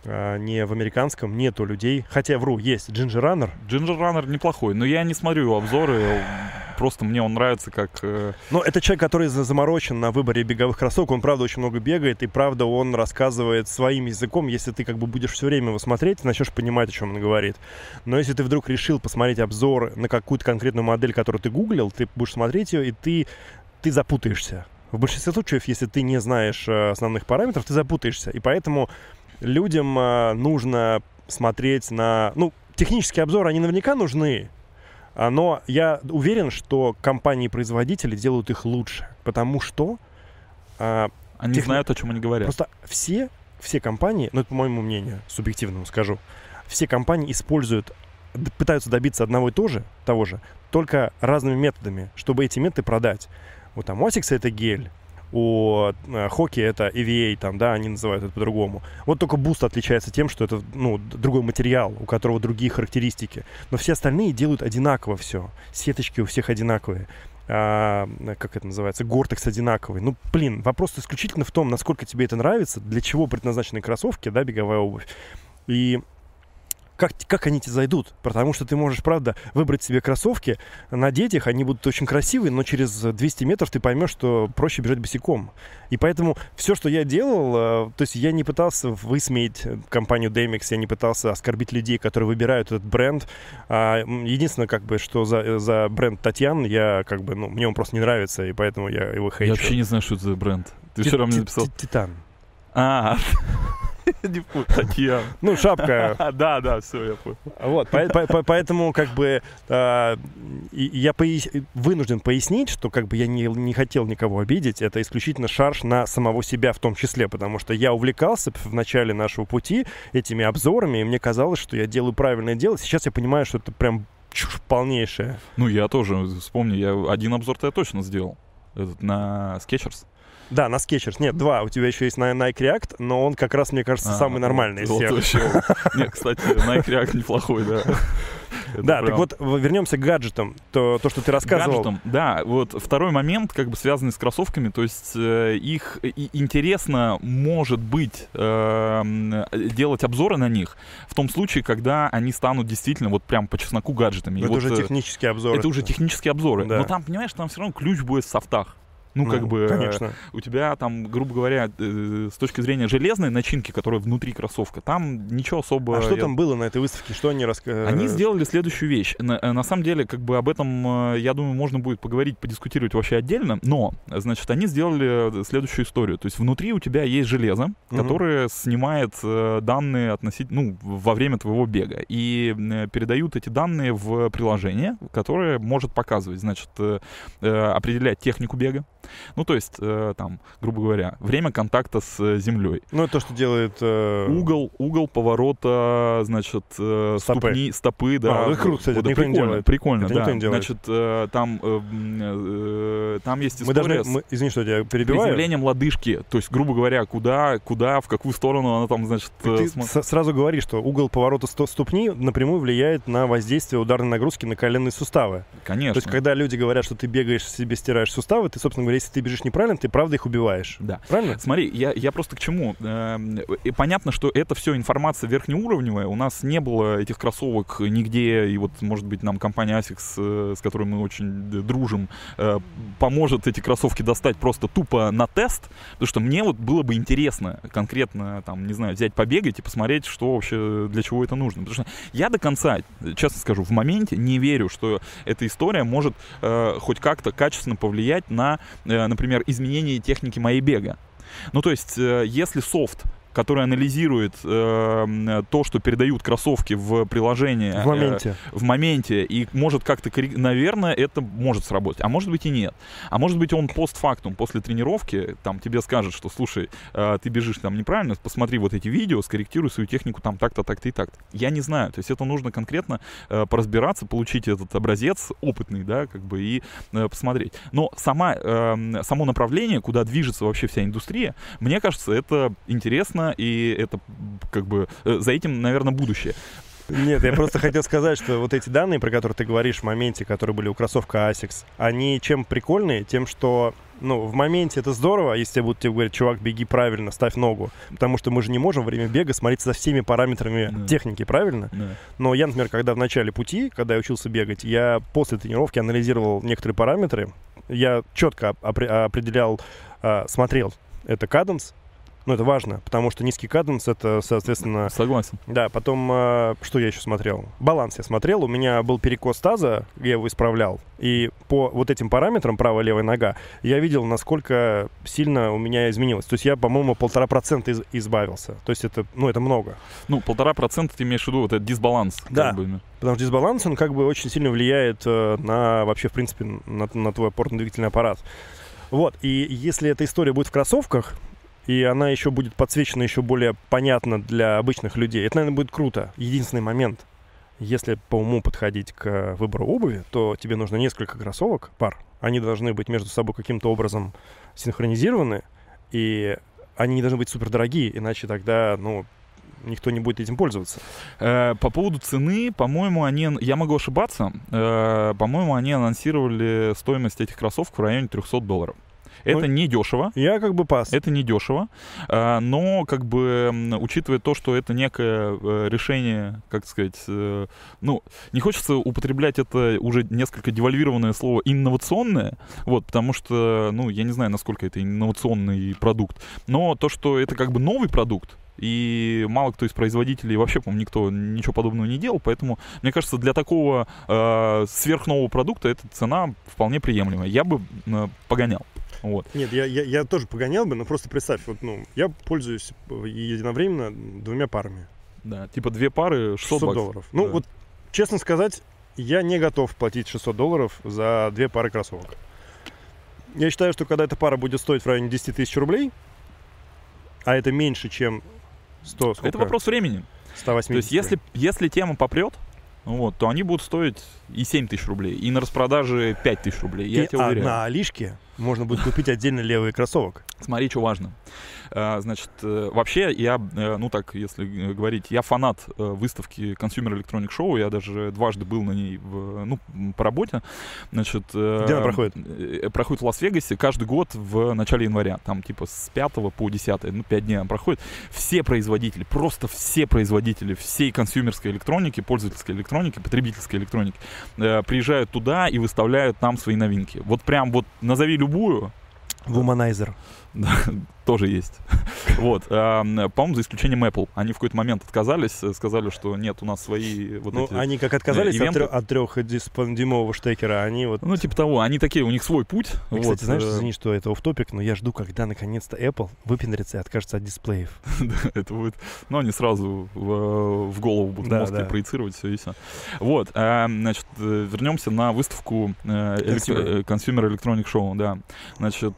не в американском, нету людей. Хотя, вру, есть Ginger Runner. Ginger Runner неплохой, но я не смотрю его обзоры, просто мне он нравится как... Ну, это человек, который заморочен на выборе беговых кроссовок, он, правда, очень много бегает, и, правда, он рассказывает своим языком. Если ты как бы будешь все время его смотреть, начнешь понимать, о чем он говорит. Но если ты вдруг решил посмотреть обзор на какую-то конкретную модель, которую ты гуглил, ты будешь смотреть ее, и ты запутаешься. В большинстве случаев, если ты не знаешь основных параметров, ты запутаешься. И поэтому людям нужно смотреть на... Ну, технические обзоры, они наверняка нужны, но я уверен, что компании-производители делают их лучше, потому что... Они знают, о чем они говорят. Просто все компании, ну это по моему мнению, субъективному скажу, все компании пытаются добиться одного и того же, только разными методами, чтобы эти методы продать. Вот там у Asics это гель, у Hoki это EVA, там, да, они называют это по-другому. Вот только Boost отличается тем, что это, ну, другой материал, у которого другие характеристики. Но все остальные делают одинаково все. Сеточки у всех одинаковые. Как это называется? Gore-Tex одинаковый. Ну, блин, вопрос исключительно в том, насколько тебе это нравится, для чего предназначены кроссовки, да, беговая обувь. И как они тебе зайдут? Потому что ты можешь, правда, выбрать себе кроссовки, надеть их, они будут очень красивые, но через 200 метров ты поймешь, что проще бежать босиком. И поэтому все, что я делал, то есть я не пытался высмеять компанию Demix, я не пытался оскорбить людей, которые выбирают этот бренд. Единственное, как бы, что за бренд Татьян, я, как бы, ну, мне он просто не нравится, и поэтому я его хейчу. Я вообще не знаю, что это за бренд. Ты вчера мне написал. Титан. Не помню, Татьяна. Ну, шапка. Да, все, я понял. Вот, поэтому, как бы, я вынужден пояснить, что, как бы, я не хотел никого обидеть. Это исключительно шарж на самого себя в том числе, потому что я увлекался в начале нашего пути этими обзорами, и мне казалось, что я делаю правильное дело. Сейчас я понимаю, что это прям чушь полнейшая. Ну, я тоже, вспомню, один обзор-то я точно сделал. Этот на Skechers. Да, на Skechers. Нет, два. У тебя еще есть на Nike React, но он как раз, мне кажется, самый нормальный из всех. Нет, кстати, Nike React неплохой, да. Да, так вот, вернемся к гаджетам. То, что ты рассказывал. Гаджетам, да. Вот второй момент, как бы связанный с кроссовками, то есть их интересно, может быть, делать обзоры на них в том случае, когда они станут действительно вот прям по чесноку гаджетами. Это уже технические обзоры. Это уже технические обзоры. Да. Но там, понимаешь, там все равно ключ будет в софтах. Ну, как бы, конечно. У тебя там, грубо говоря, с точки зрения железной начинки, которая внутри кроссовка, там ничего особо... А что там было на этой выставке? Что они рассказали? Они сделали следующую вещь. На самом деле, как бы об этом, я думаю, можно будет поговорить, подискутировать вообще отдельно, но, значит, они сделали следующую историю. То есть внутри у тебя есть железо, которое снимает данные относительно, во время твоего бега, и передают эти данные в приложение, которое может показывать, значит, определять технику бега. Ну, то есть, там, грубо говоря, время контакта с землей. Ну, это то, что делает... Угол поворота, значит, стопы, да. Это круто, кстати, вот, это никто не делает. Прикольно, это да. Никто не делает. Значит, там есть история извини, что я тебя перебиваю. Приземлением лодыжки. То есть, грубо говоря, куда, в какую сторону она там, значит... Ты сразу говоришь, что угол поворота ступни напрямую влияет на воздействие ударной нагрузки на коленные суставы. Конечно. То есть, когда люди говорят, что ты бегаешь, себе стираешь суставы, ты, собственно говоря, если ты бежишь неправильно, ты правда их убиваешь. Да. Правильно? Смотри, я просто к чему. И понятно, что это все информация верхнеуровневая. У нас не было этих кроссовок нигде. И вот, может быть, нам компания Asics, с которой мы очень дружим, поможет эти кроссовки достать просто тупо на тест. Потому что мне вот было бы интересно конкретно, там, не знаю, взять, побегать и посмотреть, что вообще, для чего это нужно. Потому что я до конца, честно скажу, в моменте не верю, что эта история может хоть как-то качественно повлиять на, например, изменение техники моей бега. Ну, то есть, если софт, который анализирует то, что передают кроссовки в приложение в моменте и может как-то, наверное, это может сработать, а может быть и нет. А может быть он постфактум, после тренировки, там тебе скажет, что, слушай, ты бежишь там неправильно, посмотри вот эти видео, скорректируй свою технику там так-то, так-то и так-то. Я не знаю, то есть это нужно конкретно поразбираться, получить этот образец опытный, да, как бы, и посмотреть. Но само направление, куда движется вообще вся индустрия, мне кажется, это интересно, и это, как бы, за этим, наверное, будущее. Нет, я просто хотел сказать, что вот эти данные, про которые ты говоришь в моменте, которые были у кроссовка Asics, они чем прикольные? Тем, что Ну, в моменте это здорово, если тебе будут тебе говорить, чувак, беги правильно, ставь ногу. Потому что мы же не можем во время бега смотреть за всеми параметрами техники, правильно? Но я, например, когда в начале пути, когда я учился бегать, я после тренировки анализировал некоторые параметры. Я четко определял, смотрел, это каденс. Ну, это важно, потому что низкий каденс — это, соответственно... Согласен. Да, потом, что я еще смотрел? Баланс я смотрел, у меня был перекос таза, я его исправлял. И по вот этим параметрам, правая и левая нога, я видел, насколько сильно у меня изменилось. То есть я, по-моему, 1,5% избавился. То есть это, ну, это много. Ну, 1,5% ты имеешь в виду, вот этот дисбаланс. Да, как бы. Потому что дисбаланс, он как бы очень сильно влияет на вообще, в принципе, на твой опорно-двигательный аппарат. Вот, и если эта история будет в кроссовках, и она еще будет подсвечена еще более понятно для обычных людей, это, наверное, будет круто. Единственный момент, если по уму подходить к выбору обуви, то тебе нужно несколько кроссовок, пар. Они должны быть между собой каким-то образом синхронизированы, и они не должны быть супердорогие, иначе тогда, ну, никто не будет этим пользоваться. По поводу цены, по-моему, я могу ошибаться, по-моему, они анонсировали стоимость этих кроссовок в районе $300. Это не дешево. Я как бы пас. Это не дешево, но как бы учитывая то, что это некое решение, как сказать, ну, не хочется употреблять это уже несколько девальвированное слово инновационное, вот, потому что, ну, я не знаю, насколько это инновационный продукт, но то, что это как бы новый продукт, и мало кто из производителей, вообще, по-моему, никто ничего подобного не делал, поэтому, мне кажется, для такого сверхнового продукта эта цена вполне приемлемая. Я бы погонял. Вот. Нет, я тоже погонял бы, но просто представь, вот, ну, я пользуюсь единовременно 2 парами. Да, типа 2 пары $600. Ну, да. вот, честно сказать, я не готов платить $600 за 2 пары кроссовок. Я считаю, что когда эта пара будет стоить в районе 10 тысяч рублей, а это меньше, чем 100, сколько? Это вопрос времени. 180. То есть, если тема попрет, вот, то они будут стоить и 7 тысяч рублей, и на распродаже 5 тысяч рублей. Я тебе уверяю. На Алишке можно будет купить отдельно левые кроссовок. Смотри, что важно. Значит, вообще я, ну так, если говорить, я фанат выставки Consumer Electronic Show, я даже дважды был на ней по работе. Значит, где она проходит? Проходит в Лас-Вегасе каждый год в начале января, там типа с 5 по 10, 5 дней она проходит. Все производители, просто все производители всей консюмерской электроники, пользовательской электроники, потребительской электроники приезжают туда и выставляют нам свои новинки. Вот прям вот назови любую. Womanizer. Да, тоже есть. Вот. По-моему, за исключением Apple. Они в какой-то момент отказались, сказали, что нет, у нас свои вот эти... Ну, они как отказались от 3-дюймового штекера, они вот... Ну, типа того, они такие, у них свой путь. И, кстати, знаешь, извини, что это офф-топик, но я жду, когда наконец-то Apple выпендрится и откажется от дисплеев. Это будет... Ну, они сразу в голову будут мозг проецировать, все и все. Вот. Значит, вернемся на выставку Consumer Electronic Show, да. Значит,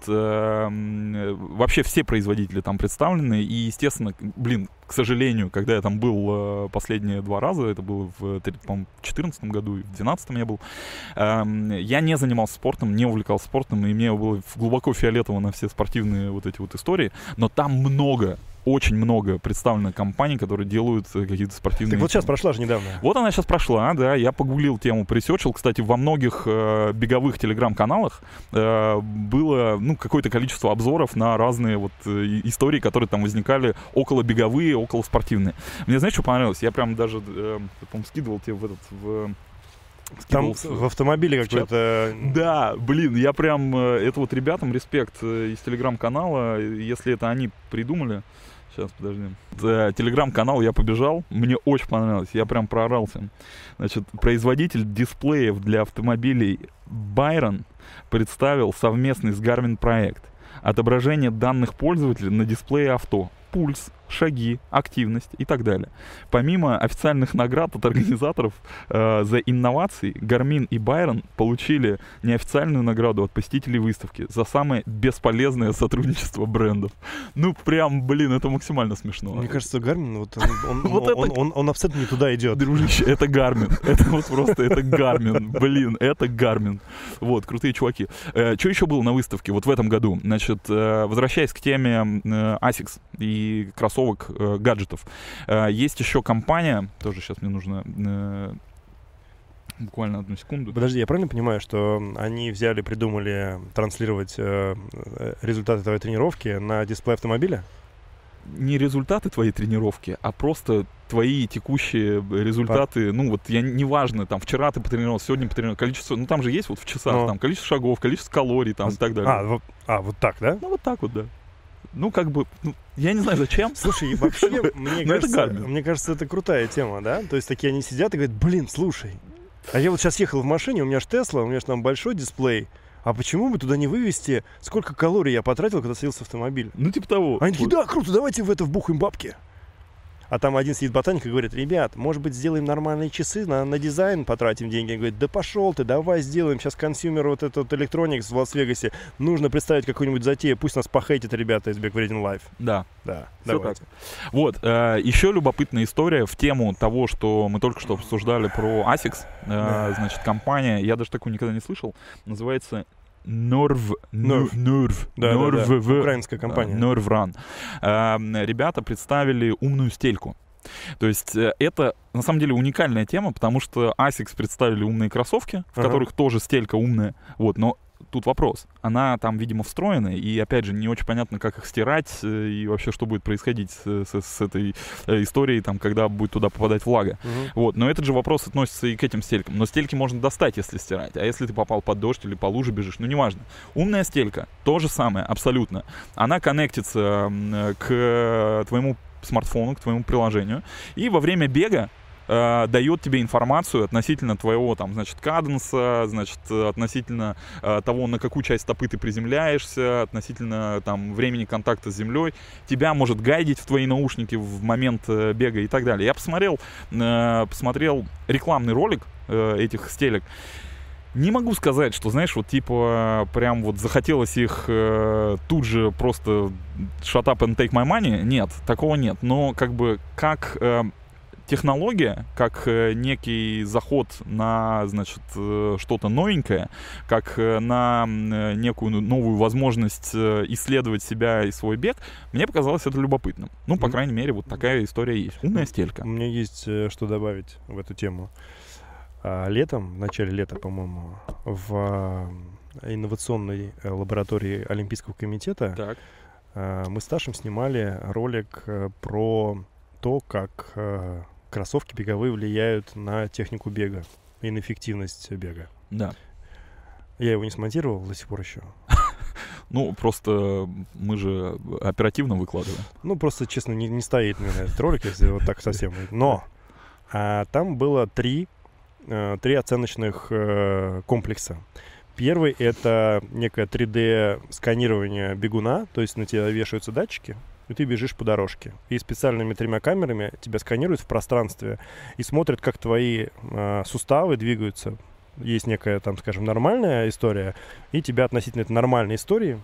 вообще все производители там представлены, и, естественно, к сожалению, когда я там был последние 2 раза, это было в 2014 году и в 2012 я был, я не занимался спортом, не увлекался спортом, и мне было глубоко фиолетово на все спортивные вот эти вот истории, но там очень много представлено компаний, которые делают какие-то спортивные... Так вот сейчас прошла же недавно. Вот она сейчас прошла, да, я погуглил тему, поресерчил. Кстати, во многих беговых телеграм-каналах было, какое-то количество обзоров на разные вот истории, которые там возникали около беговые, около спортивные. Мне, знаешь, что понравилось? Я прям даже, по-моему, скидывал тебе там в автомобиле какой-то... Да, я прям... Это вот ребятам респект из телеграм-канала, если это они придумали. Сейчас, подожди. Телеграм-канал я побежал, мне очень понравилось, я прям проорался. Значит, производитель дисплеев для автомобилей Byron представил совместный с Garmin проект. Отображение данных пользователя на дисплее авто. Пульс, шаги, активность и так далее. Помимо официальных наград от организаторов за инновации, Garmin и Byron получили неофициальную награду от посетителей выставки за самое бесполезное сотрудничество брендов. Ну, прям, это максимально смешно. Мне кажется, Garmin, он абсолютно не туда идет. Дружище, это Garmin. Это вот просто, это Garmin. Это Garmin. Вот, крутые чуваки. Что еще было на выставке вот в этом году? Значит, возвращаясь к теме ASICS и кроссовок, гаджетов. Есть еще компания, тоже сейчас мне нужно Буквально одну секунду. Подожди, я правильно понимаю, что они придумали транслировать результаты твоей тренировки на дисплей автомобиля? Не результаты твоей тренировки, а просто твои текущие результаты. Ну вот я неважно, там вчера ты потренировался, сегодня потренировался, количество, ну там же есть вот в часах, там количество шагов, количество калорий там и так далее. Вот так, да? Ну вот так вот, да. Ну как бы, я не знаю зачем. Слушай, вообще, мне кажется, это крутая тема, да? То есть такие они сидят и говорят, блин, слушай, а я вот сейчас ехал в машине, у меня же Тесла, у меня же там большой дисплей. А почему бы туда не вывести, сколько калорий я потратил, когда садился в автомобиль? Ну, типа того. Они такие, да, круто, давайте в это вбухаем бабки. А там один сидит ботаник и говорит, ребят, может быть, сделаем нормальные часы, на дизайн потратим деньги. Он говорит, да пошел ты, давай сделаем. Сейчас консюмер вот этот Electronics в Лас-Вегасе. Нужно представить какую-нибудь затею, пусть нас похейтят ребята из Back Reading Live. Да. Да, все так. Вот, еще любопытная история в тему того, что мы только что обсуждали про ASICS. Значит, компания, я даже такую никогда не слышал, называется Nerve. Украинская компания. Nerve Run. Ребята представили умную стельку. То есть это на самом деле уникальная тема, потому что ASICS представили умные кроссовки, в которых тоже стелька умная. Вот, но тут вопрос. Она там, видимо, встроена, и, опять же, не очень понятно, как их стирать, и вообще, что будет происходить с этой историей, там, когда будет туда попадать влага. Вот. Но этот же вопрос относится и к этим стелькам. Но стельки можно достать, если стирать. А если ты попал под дождь или по луже бежишь, ну, неважно. Умная стелька, то же самое, абсолютно. Она коннектится к твоему смартфону, к твоему приложению, и во время бега дает тебе информацию относительно твоего, там, значит, каденса, значит, относительно того, на какую часть стопы ты приземляешься, относительно, там, времени контакта с землей. Тебя может гайдить в твои наушники в момент бега и так далее. Я посмотрел рекламный ролик этих стелек. Не могу сказать, что, знаешь, вот типа прям вот захотелось их тут же просто shut up and take my money. Нет, такого нет. Но как бы как технология, как некий заход на, значит, что-то новенькое, как на некую новую возможность исследовать себя и свой бег, мне показалось это любопытным. Ну, по крайней мере, вот такая история есть. Умная стелька. У меня есть что добавить в эту тему. Летом, в начале лета, по-моему, в инновационной лаборатории Олимпийского комитета мы с Ташем снимали ролик про то, как кроссовки беговые влияют на технику бега и на эффективность бега. Да. Я его не смонтировал до сих пор еще. Ну, просто мы же оперативно выкладываем. Ну, просто, честно, не стоит мне этот ролик, если вот так совсем. Но там было три оценочных комплекса. Первый — это некое 3D-сканирование бегуна, то есть на тебя вешаются датчики, и ты бежишь по дорожке. И специальными 3 камерами тебя сканируют в пространстве и смотрят, как твои суставы двигаются. Есть некая, там, скажем, нормальная история, и тебя относительно этой нормальной истории...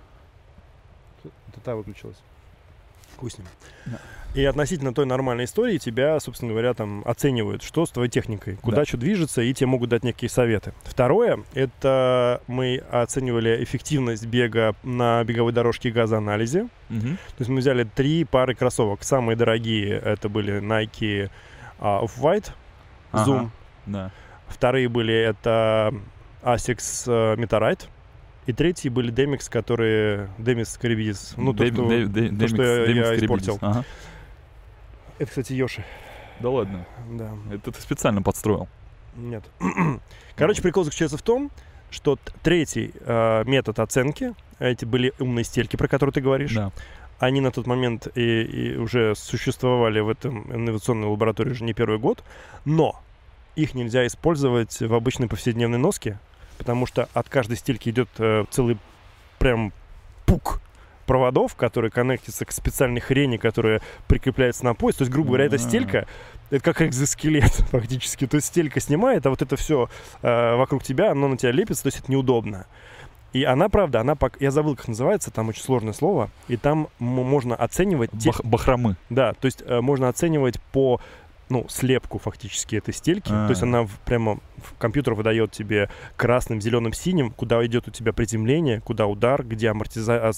Это та выключилась. Хуй с ним. Да. И относительно той нормальной истории тебя, собственно говоря, там оценивают, что с твоей техникой, куда что движется, и тебе могут дать некие советы. Второе, это мы оценивали эффективность бега на беговой дорожке и газоанализе. То есть мы взяли 3 пары кроссовок. Самые дорогие это были Nike Off-White, Zoom. Да. Вторые были это ASICS Meteorite. И третьи были Demix, которые... Demix Caribidis. Ну, то, что я испортил. Ага. Это, кстати, Йоши. Да ладно? Да. Это ты специально подстроил? Нет. Короче, прикол заключается в том, что третий метод оценки, эти были умные стельки, про которые ты говоришь, да. Они на тот момент и уже существовали в этом инновационной лаборатории уже не первый год, но их нельзя использовать в обычной повседневной носке, потому что от каждой стельки идет целый прям пук проводов, которые коннектятся к специальной хрени, которая прикрепляется на пояс. То есть, грубо говоря, эта стелька, это как экзоскелет фактически. То есть стелька снимает, а вот это все вокруг тебя, оно на тебя лепится, то есть это неудобно. И она, правда, я забыл, как называется, там очень сложное слово, и там можно оценивать... Бахромы. Да, то есть можно оценивать по... слепку фактически этой стельки. То есть она прямо в компьютер выдает тебе красным, зеленым, синим, куда идет у тебя приземление, куда удар, где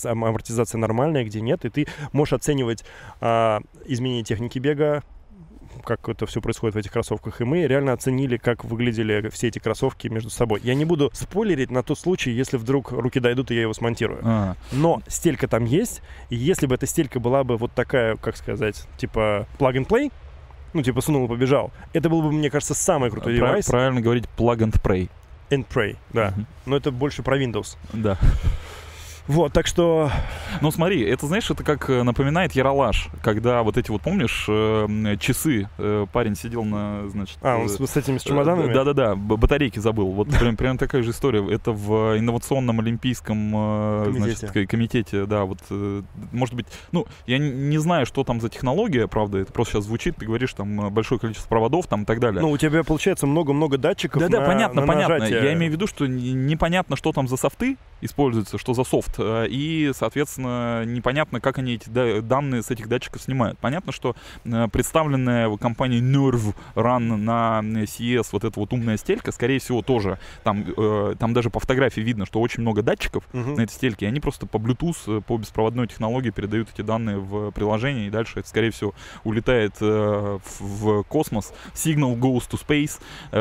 амортизация нормальная, где нет. И ты можешь оценивать изменение техники бега как это все происходит в этих кроссовках, и мы реально оценили, как выглядели все эти кроссовки между собой. Я не буду спойлерить на тот случай, если вдруг руки дойдут, и я его смонтирую. Но стелька там есть, и если бы эта стелька была бы вот такая, как сказать, типа plug and play, ну, типа сунул и побежал, это был бы, мне кажется, самый крутой девайс. Правильно говорить plug and pray. And pray, да. Но это больше про Windows. Да. Вот, так что... Ну, смотри, это, знаешь, это как напоминает Ералаш, когда вот эти вот, помнишь, часы, парень сидел на, значит... он с этими чемоданами? Да-да-да, батарейки забыл. Вот прям такая же история. Это в инновационном олимпийском комитете, да, вот, может быть, ну, я не знаю, что там за технология, правда, это просто сейчас звучит, ты говоришь, там, большое количество проводов, там, и так далее. Ну, у тебя, получается, много-много датчиков на понятно. нажатие. Я имею в виду, что непонятно, что там за софты используются, что за софт, и, соответственно, непонятно, как они эти данные с этих датчиков снимают. Понятно, что представленная компанией Nerve Run на CES вот эта вот умная стелька, скорее всего, тоже там даже по фотографии видно, что очень много датчиков на этой стельке, и они просто по Bluetooth, по беспроводной технологии передают эти данные в приложение, и дальше это, скорее всего, улетает в космос. Signal goes to space,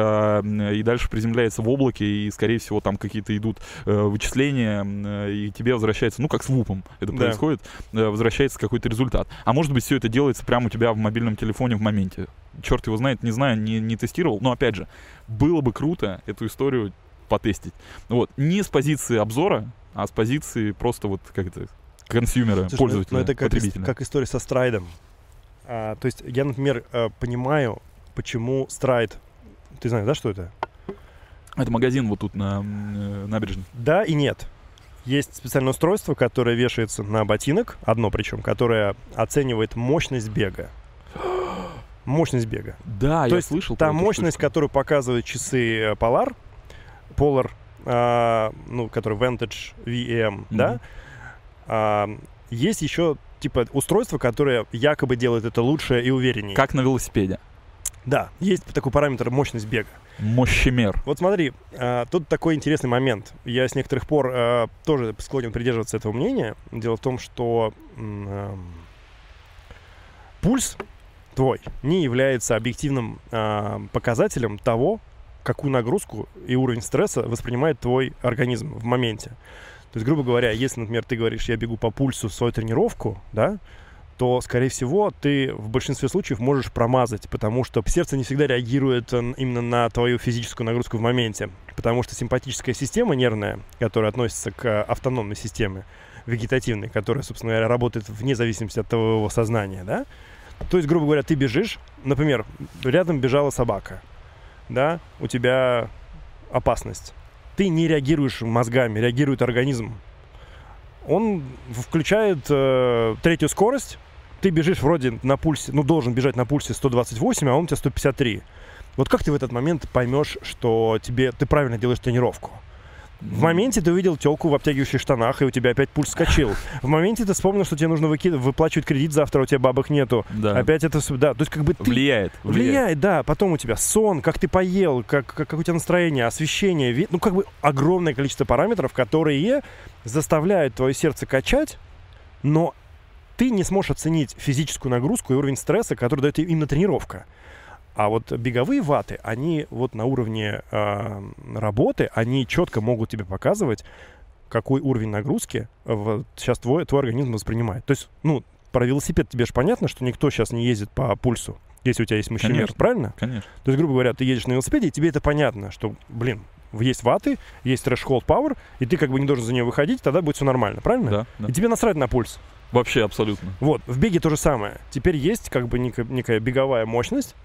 и дальше приземляется в облаке, и, скорее всего, там какие-то идут вычисления, и тебе возвращается, ну, как с вупом это происходит, возвращается какой-то результат. А может быть, все это делается прямо у тебя в мобильном телефоне в моменте. Черт его знает, не знаю, не тестировал. Но, опять же, было бы круто эту историю потестить. Вот. Не с позиции обзора, а с позиции просто вот, как это, консюмера, пользователя, это потребителя. как история со Страйдом. То есть я, например, понимаю, почему Страйд... Ты знаешь, да, что это? Это магазин вот тут на набережной. Да и нет. Есть специальное устройство, которое вешается на ботинок, одно причем, которое оценивает мощность бега. Мощность бега. Да, то я есть слышал. Та мощность, которую показывают часы Polar, ну, который Vantage VM, да, есть еще типа устройство, которое якобы делает это лучше и увереннее. Как на велосипеде. Да, есть такой параметр мощность бега. Мощемер. Вот смотри, тут такой интересный момент. Я с некоторых пор тоже склонен придерживаться этого мнения. Дело в том, что пульс твой не является объективным показателем того, какую нагрузку и уровень стресса воспринимает твой организм в моменте. То есть, грубо говоря, если, например, ты говоришь, я бегу по пульсу свою тренировку, да, то, скорее всего, ты в большинстве случаев можешь промазать, потому что сердце не всегда реагирует именно на твою физическую нагрузку в моменте, потому что симпатическая система нервная, которая относится к автономной системе, вегетативной, которая, собственно говоря, работает вне зависимости от твоего сознания, да? То есть, грубо говоря, ты бежишь, например, рядом бежала собака, да, у тебя опасность. Ты не реагируешь мозгами, реагирует организм. Он включает третью скорость, ты бежишь вроде на пульсе, ну, должен бежать на пульсе 128, а он у тебя 153. Вот как ты в этот момент поймешь, что ты правильно делаешь тренировку? В моменте ты увидел тёлку в обтягивающих штанах, и у тебя опять пульс скочил. В моменте ты вспомнил, что тебе нужно выплачивать кредит завтра, у тебя бабок нету. Да. Опять это... Да, то есть как бы ты... Влияет, да. Потом у тебя сон, как ты поел, как у тебя настроение, освещение. Ну, как бы огромное количество параметров, которые заставляют твое сердце качать, но ты не сможешь оценить физическую нагрузку и уровень стресса, который дает именно тренировка. А вот беговые ваты, они вот на уровне работы, они четко могут тебе показывать, какой уровень нагрузки сейчас твой организм воспринимает. То есть, ну, про велосипед тебе же понятно, что никто сейчас не ездит по пульсу, если у тебя есть мощемер, правильно? Конечно. То есть, грубо говоря, ты едешь на велосипеде, и тебе это понятно, что, есть ваты, есть threshold power, и ты как бы не должен за нее выходить, тогда будет все нормально, правильно? Да. И тебе насрать на пульс. Вообще абсолютно. Вот, в беге то же самое. Теперь есть как бы некая беговая мощность,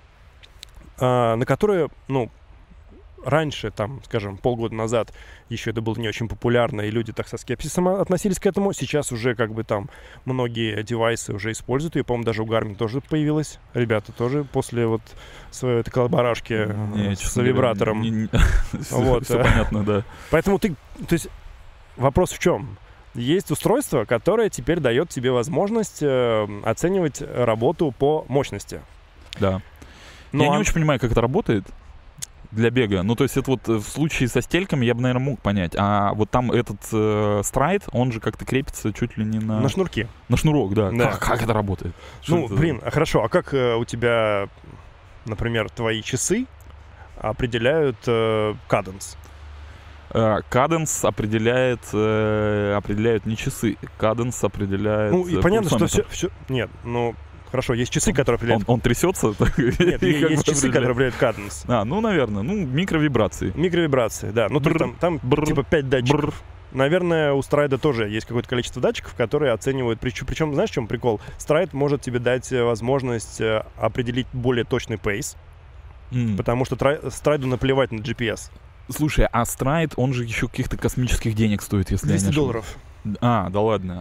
на которую, ну, раньше, там, скажем, полгода назад еще это было не очень популярно, и люди так со скепсисом относились к этому. Сейчас уже как бы там многие девайсы уже используют ее. По-моему, даже у Garmin тоже появилась. Ребята тоже после вот своей этой колобарашки с вибратором. Вот. Все понятно, да. Поэтому то есть вопрос в чем? Есть устройство, которое теперь дает тебе возможность оценивать работу по мощности. Да. Я не очень понимаю, как это работает. Для бега. Ну, то есть это вот в случае со стельками я бы, наверное, мог понять. А вот там этот страйд, он же как-то крепится чуть ли не на... На шнурке. На шнурок, да. Да. Как это работает? Ну, блин, хорошо. А как у тебя, например, твои часы определяют каденс? Каденс определяет не часы. Каденс определяет Ну, и понятно, что пульсометр. все... Нет, ну, хорошо, есть часы, которые определяют... Он трясется? Нет, есть часы, которые определяют каденс. Ну, наверное, микровибрации. Микровибрации, да. Ну, то есть там типа 5 датчиков. Наверное, у страйда тоже есть какое-то количество датчиков, которые оценивают... Причем, знаешь, в чем прикол? Страйд может тебе дать возможность определить более точный пейс, потому что страйду наплевать на GPS. Слушай, а страйд, он же еще каких-то космических денег стоит, если я не ошибаюсь. $200. Да ладно.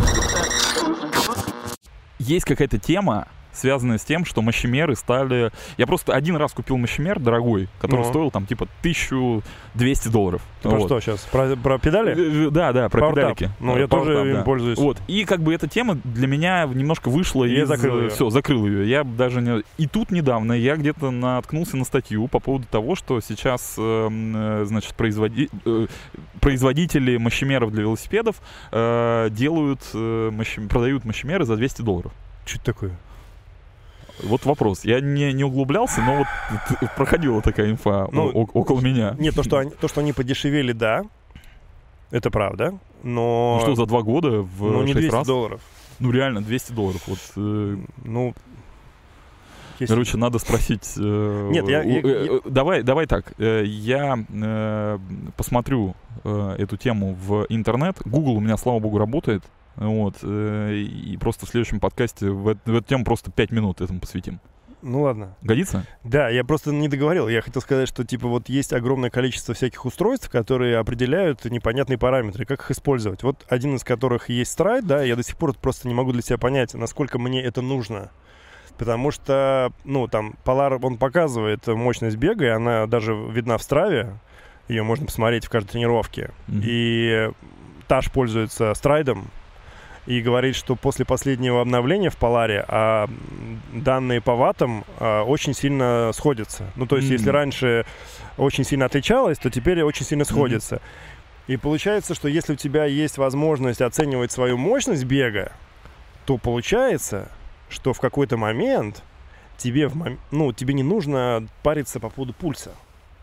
Есть какая-то тема, связанная с тем, что мощемеры стали... Я просто один раз купил мощемер дорогой, который стоил там типа $1200. Ты про что сейчас? Про педали? Да, про Power педальки. Tap. Ну, я тоже им пользуюсь. Вот. И как бы эта тема для меня немножко вышла Я из... закрыл ее. Все, закрыл ее. Я даже не... И тут недавно я где-то наткнулся на статью по поводу того, что сейчас, значит, производители мощемеров для велосипедов продают мощемеры за $200. Что это такое? Вот вопрос. Я не углублялся, но вот проходила такая инфа около меня. Нет, то, что они подешевели, да, это правда, но... Ну что, за 2 года в 6 раз? $200. Ну реально, $200. Вот, ну... Короче, надо спросить... Нет, Давай так. Я посмотрю эту тему в интернет. Google у меня, слава богу, работает. Вот, и просто в следующем подкасте в эту тему просто 5 минут этому посвятим. Ну ладно. Годится? Да, я просто не договорил. Я хотел сказать, что типа вот есть огромное количество всяких устройств, которые определяют непонятные параметры, как их использовать. Вот один из которых есть страйд, да, я до сих пор просто не могу для себя понять, насколько мне это нужно. Потому что, ну, там, Polar, он показывает мощность бега, и она даже видна в Страве. Ее можно посмотреть в каждой тренировке. И Таш пользуется страйдом и говорит, что после последнего обновления в Поларе данные по ваттам очень сильно сходятся. Ну, то есть, если раньше очень сильно отличалось, то теперь очень сильно сходится. И получается, что если у тебя есть возможность оценивать свою мощность бега, то получается, что в какой-то момент тебе не нужно париться по поводу пульса.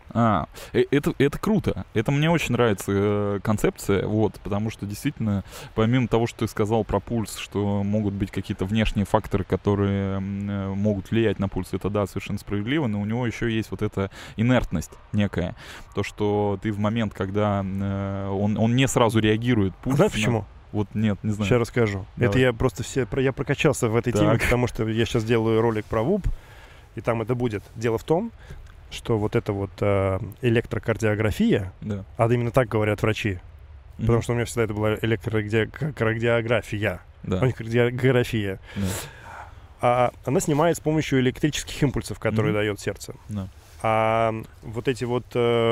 Это круто. Это мне очень нравится концепция, вот, потому что действительно, помимо того, что ты сказал про пульс, что могут быть какие-то внешние факторы, которые могут влиять на пульс, это да, совершенно справедливо, но у него еще есть вот эта инертность некая. То, что ты в момент, когда он не сразу реагирует, пульс... Знаешь почему? Вот нет, не знаю. Сейчас расскажу. Давай. Это я просто я прокачался в этой теме, потому что я сейчас делаю ролик про ВУП, и там это будет. Дело в том, что вот эта вот электрокардиография, а именно так говорят врачи, потому что у меня всегда это была электрокардиография, а не кардиография. Она снимает с помощью электрических импульсов, которые дает сердце. А вот эти вот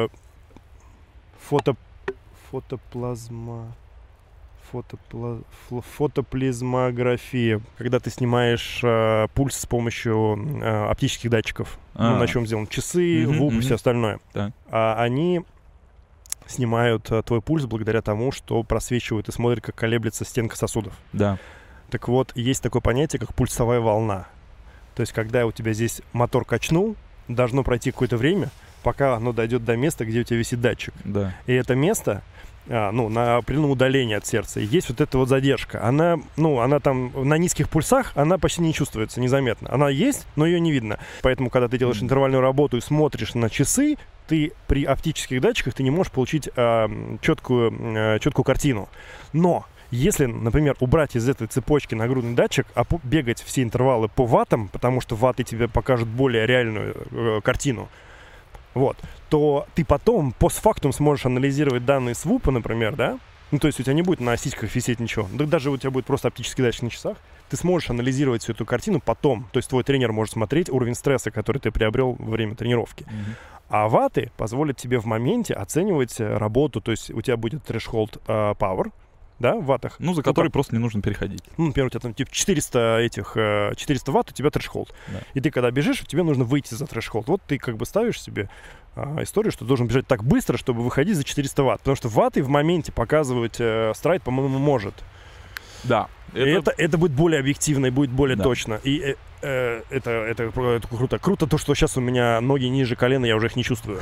фотоплазмография, когда ты снимаешь пульс с помощью оптических датчиков. Ну, на чем сделаны часы, ВУП и все остальное. Они снимают твой пульс благодаря тому, что просвечивают и смотрят, как колеблется стенка сосудов. Да. Так вот, есть такое понятие, как пульсовая волна. То есть, когда у тебя здесь мотор качнул, должно пройти какое-то время, пока оно дойдет до места, где у тебя висит датчик. Да. И это место... на определенном удалении от сердца. И есть вот эта вот задержка. Она там на низких пульсах, она почти не чувствуется, незаметно. Она есть, но ее не видно. Поэтому, когда ты делаешь интервальную работу и смотришь на часы, ты при оптических датчиках ты не можешь получить четкую картину. Но если, например, убрать из этой цепочки нагрудный датчик, а бегать все интервалы по ваттам, потому что ватты тебе покажут более реальную картину, вот, то ты потом постфактум сможешь анализировать данные с ВУПа, например, да? Ну, то есть у тебя не будет на сиськах висеть ничего. Да даже у тебя будет просто оптический датчик на часах. Ты сможешь анализировать всю эту картину потом. То есть твой тренер может смотреть уровень стресса, который ты приобрел во время тренировки. А ватты позволят тебе в моменте оценивать работу. То есть у тебя будет threshold power, да, в ваттах. Ну, за который просто не нужно переходить. Ну, например, у тебя там типа 400 ватт, у тебя threshold. Да. И ты, когда бежишь, тебе нужно выйти за threshold. Вот ты как бы ставишь себе историю, что должен бежать так быстро, чтобы выходить за 400 ватт. Потому что ватты в моменте показывать страйт, по-моему, может. Да. Это будет более объективно и будет более Да. точно. И это круто. Круто то, что сейчас у меня ноги ниже колена, я уже их не чувствую.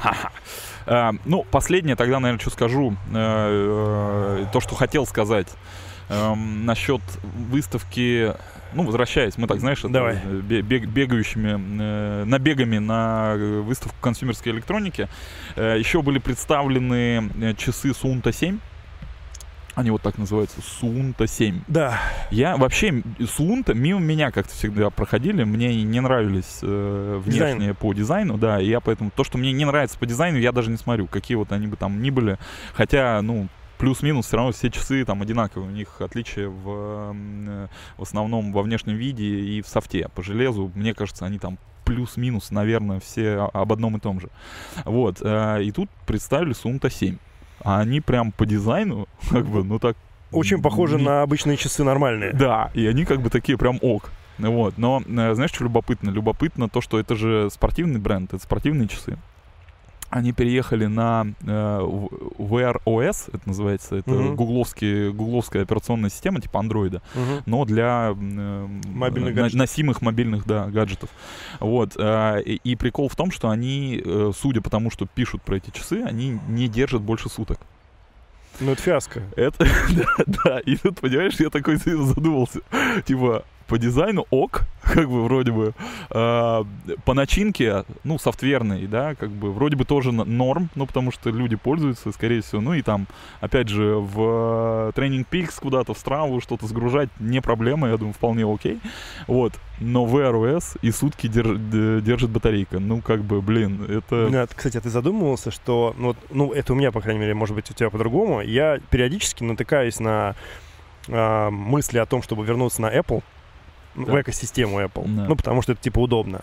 Ну, последнее тогда, наверное, что скажу. То, что хотел сказать. Насчет выставки, ну, возвращаясь, мы так, знаешь, Давай. бегающими набегами на выставку консюмерской электроники. Еще были представлены часы Suunto 7. Они вот так называются, Suunto 7. Да. Я вообще, Suunto мимо меня как-то всегда проходили, мне не нравились внешние по дизайну, да, и я поэтому, то, что мне не нравится по дизайну, я даже не смотрю, какие вот они бы там ни были, хотя, ну, плюс-минус все равно все часы там одинаковые, у них отличия в основном во внешнем виде и в софте. По железу, мне кажется, они там плюс-минус, наверное, все об одном и том же. Вот, и тут представили Suunto 7. А они прям по дизайну, как бы, ну так... Очень похожи на обычные часы нормальные. Да, и они как бы такие прям ок. Вот, но знаешь, что любопытно? Любопытно то, что это же спортивный бренд, это спортивные часы. Они переехали на Wear OS, это называется, это гугловская операционная система типа андроида, но для носимых мобильных, да, гаджетов. Вот. И прикол в том, что они, судя по тому, что пишут про эти часы, они не держат больше суток. Ну, это фиаско. Это, да, и тут, понимаешь, я такой задумался, типа, по дизайну ок, как бы вроде бы, по начинке, ну, софтверной, да, как бы вроде бы тоже норм, ну, потому что люди пользуются, скорее всего, ну, и там, опять же, в Training Peaks куда-то, в Страву что-то сгружать не проблема, я думаю, вполне окей, вот, но Wear OS и сутки держит батарейка, ну, как бы, блин, это... Кстати, а ты задумывался, что, ну, это у меня, по крайней мере, может быть, у тебя по-другому, я периодически натыкаюсь на мысли о том, чтобы вернуться на Apple, в экосистему Apple. Да. Ну, потому что это, типа, удобно.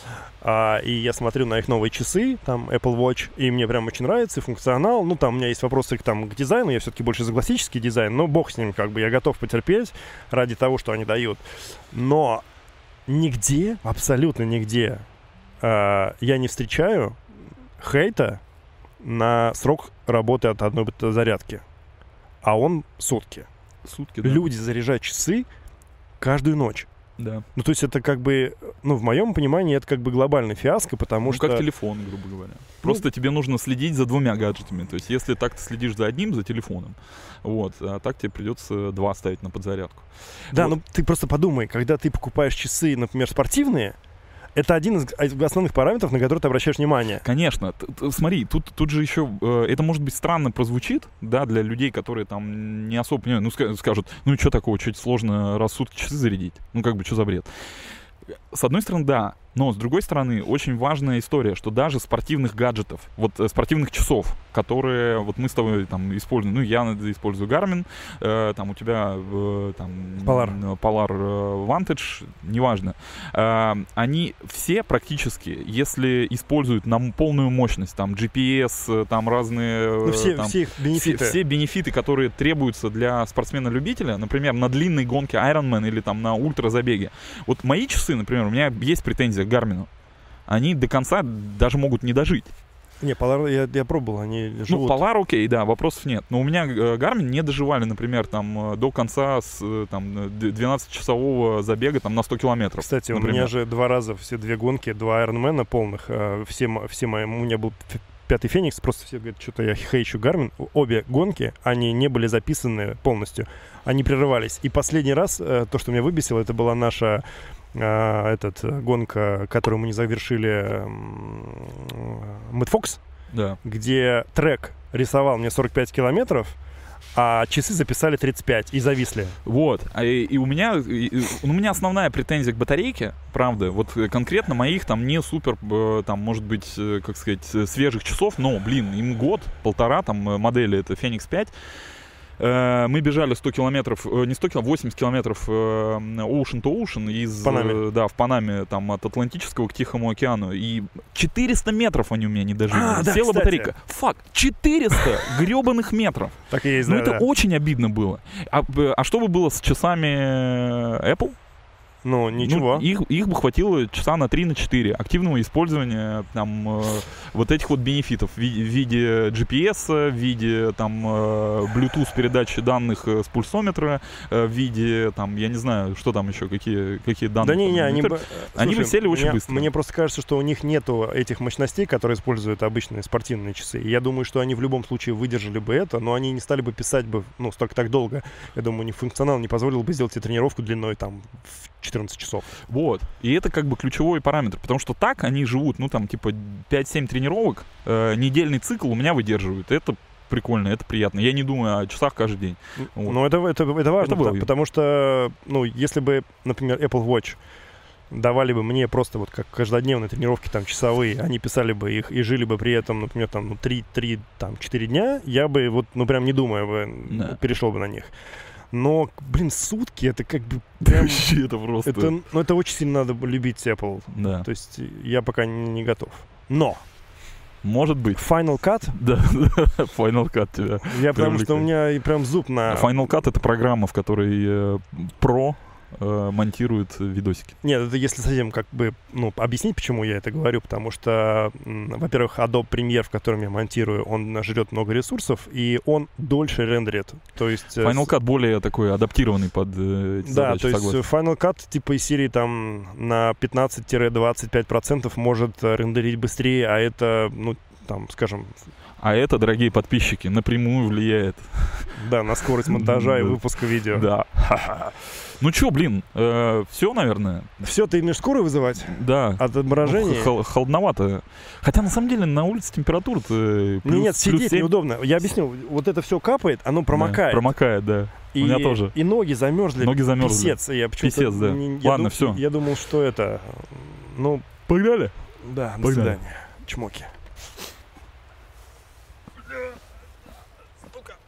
И я смотрю на их новые часы, там, Apple Watch, и мне прям очень нравится, и функционал. Ну, там у меня есть вопросы к дизайну, я все-таки больше за классический дизайн, но бог с ним, как бы, я готов потерпеть ради того, что они дают. Но нигде, абсолютно нигде, я не встречаю хейта на срок работы от одной зарядки. А он сутки. Сутки, да. Люди заряжают часы каждую ночь. Да. Ну, то есть это как бы, ну, в моем понимании, это как бы глобальный фиаско, потому что... как телефон, грубо говоря. Просто тебе нужно следить за двумя гаджетами. То есть если так ты следишь за одним, за телефоном, вот, а так тебе придется два ставить на подзарядку. Да, вот. Ну ты просто подумай, когда ты покупаешь часы, например, спортивные, это один из основных параметров, на который ты обращаешь внимание. Конечно. Смотри, тут же еще... это, может быть, странно прозвучит, да, для людей, которые там не особо понимают. Ну, скажут, ну, что такого, что сложно раз в сутки часы зарядить? Ну, как бы, что за бред? С одной стороны, да. Но, с другой стороны, очень важная история, что даже спортивных гаджетов, вот спортивных часов, которые вот мы с тобой там используем, ну, я использую Garmin, там у тебя там Polar Vantage, неважно, они все практически, если используют на полную мощность, там GPS, там разные... Ну, все их бенефиты. Все бенефиты, которые требуются для спортсмена-любителя, например, на длинной гонке Ironman или там на ультразабеге. Вот мои часы, например, у меня есть претензия к Гармину. Они до конца даже могут не дожить. Не, Polar я пробовал, они живут. Ну, Polar окей, да, вопросов нет. Но у меня Garmin не доживали, например, там до конца там 12-часового забега там на 100 километров. Кстати, например. У меня же 2 раза все 2 гонки, 2 Ironman полных, все мои, у меня был 5-й Феникс, просто все говорят, что-то я хейчу Garmin. Обе гонки, они не были записаны полностью, они прерывались. И последний раз, то, что меня выбесило, это была наша гонка, которую мы не завершили, Mad Fox, да. Где трек рисовал мне 45 километров, а часы записали 35 и зависли. Вот. И у меня основная претензия к батарейке, правда, вот конкретно моих там не супер, там, может быть, как сказать, свежих часов, но, блин, им год-полтора, там, модели это Phoenix 5. Мы бежали 100 километров, не 100 километров, 80 километров ocean to ocean из Панаме. Да, в Панаме, там, от Атлантического к Тихому океану. И 400 метров они у меня не дожили. Да, села кстати. батарейка. Факт, 400 гребаных метров. Так и есть, Ну, да, это да. очень обидно было. А что бы было с часами Apple? Ну, ничего. Ну, их бы хватило часа на 3-4 активного использования там вот этих вот бенефитов в виде GPS, в виде там Bluetooth передачи данных с пульсометра, в виде там, я не знаю, что там еще, какие данные. Да не, они бы сели очень быстро. Мне просто кажется, что у них нету этих мощностей, которые используют обычные спортивные часы. И я думаю, что они в любом случае выдержали бы это, но они не стали бы писать бы, ну, столько так долго. Я думаю, у них функционал не позволил бы сделать себе тренировку длиной там в 14 часов. Вот. И это как бы ключевой параметр, потому что так они живут, ну, там, типа, 5-7 тренировок, недельный цикл у меня выдерживают. Это прикольно, это приятно. Я не думаю о часах каждый день. Вот. Ну, это важно, это потому что, ну, если бы, например, Apple Watch давали бы мне просто вот как каждодневные тренировки там часовые, они писали бы их и жили бы при этом, например, там, 3-4 дня, я бы вот, ну, прям не думая бы, перешел бы на них. Но, блин, сутки, это как бы прям... Вообще, это просто... Это очень сильно надо любить Apple. Да. То есть я пока не готов. Но! Может быть. Final Cut? Да, Final Cut тебя. Потому что у меня и прям зуб на... Final Cut — это программа, в которой Pro монтирует видосики. Нет, это если совсем как бы, ну, объяснить, почему я это говорю, потому что, во-первых, Adobe Premiere, в котором я монтирую, он жрет много ресурсов, и он дольше рендерит. То есть... Final Cut более такой адаптированный под эти задачи, то есть согласен. Final Cut типа из серии там на 15-25% может рендерить быстрее, а это, ну, там, скажем... А это, дорогие подписчики, напрямую влияет. Да, на скорость монтажа и выпуска видео. Да. Ну чё, блин, все, наверное. Все, ты имеешь скорую вызывать? Да. От отморожения? Холодновато. Хотя, на самом деле, на улице температура-то Нет, сидеть неудобно. Я объясню, вот это все капает, оно промокает. Да, промокает, да. У меня тоже. И ноги замерзли. Ноги замерзли. Писец. Писец, да. Ладно, все. Я думал, что это... Ну, погнали? Да, до свидания. Чмоки.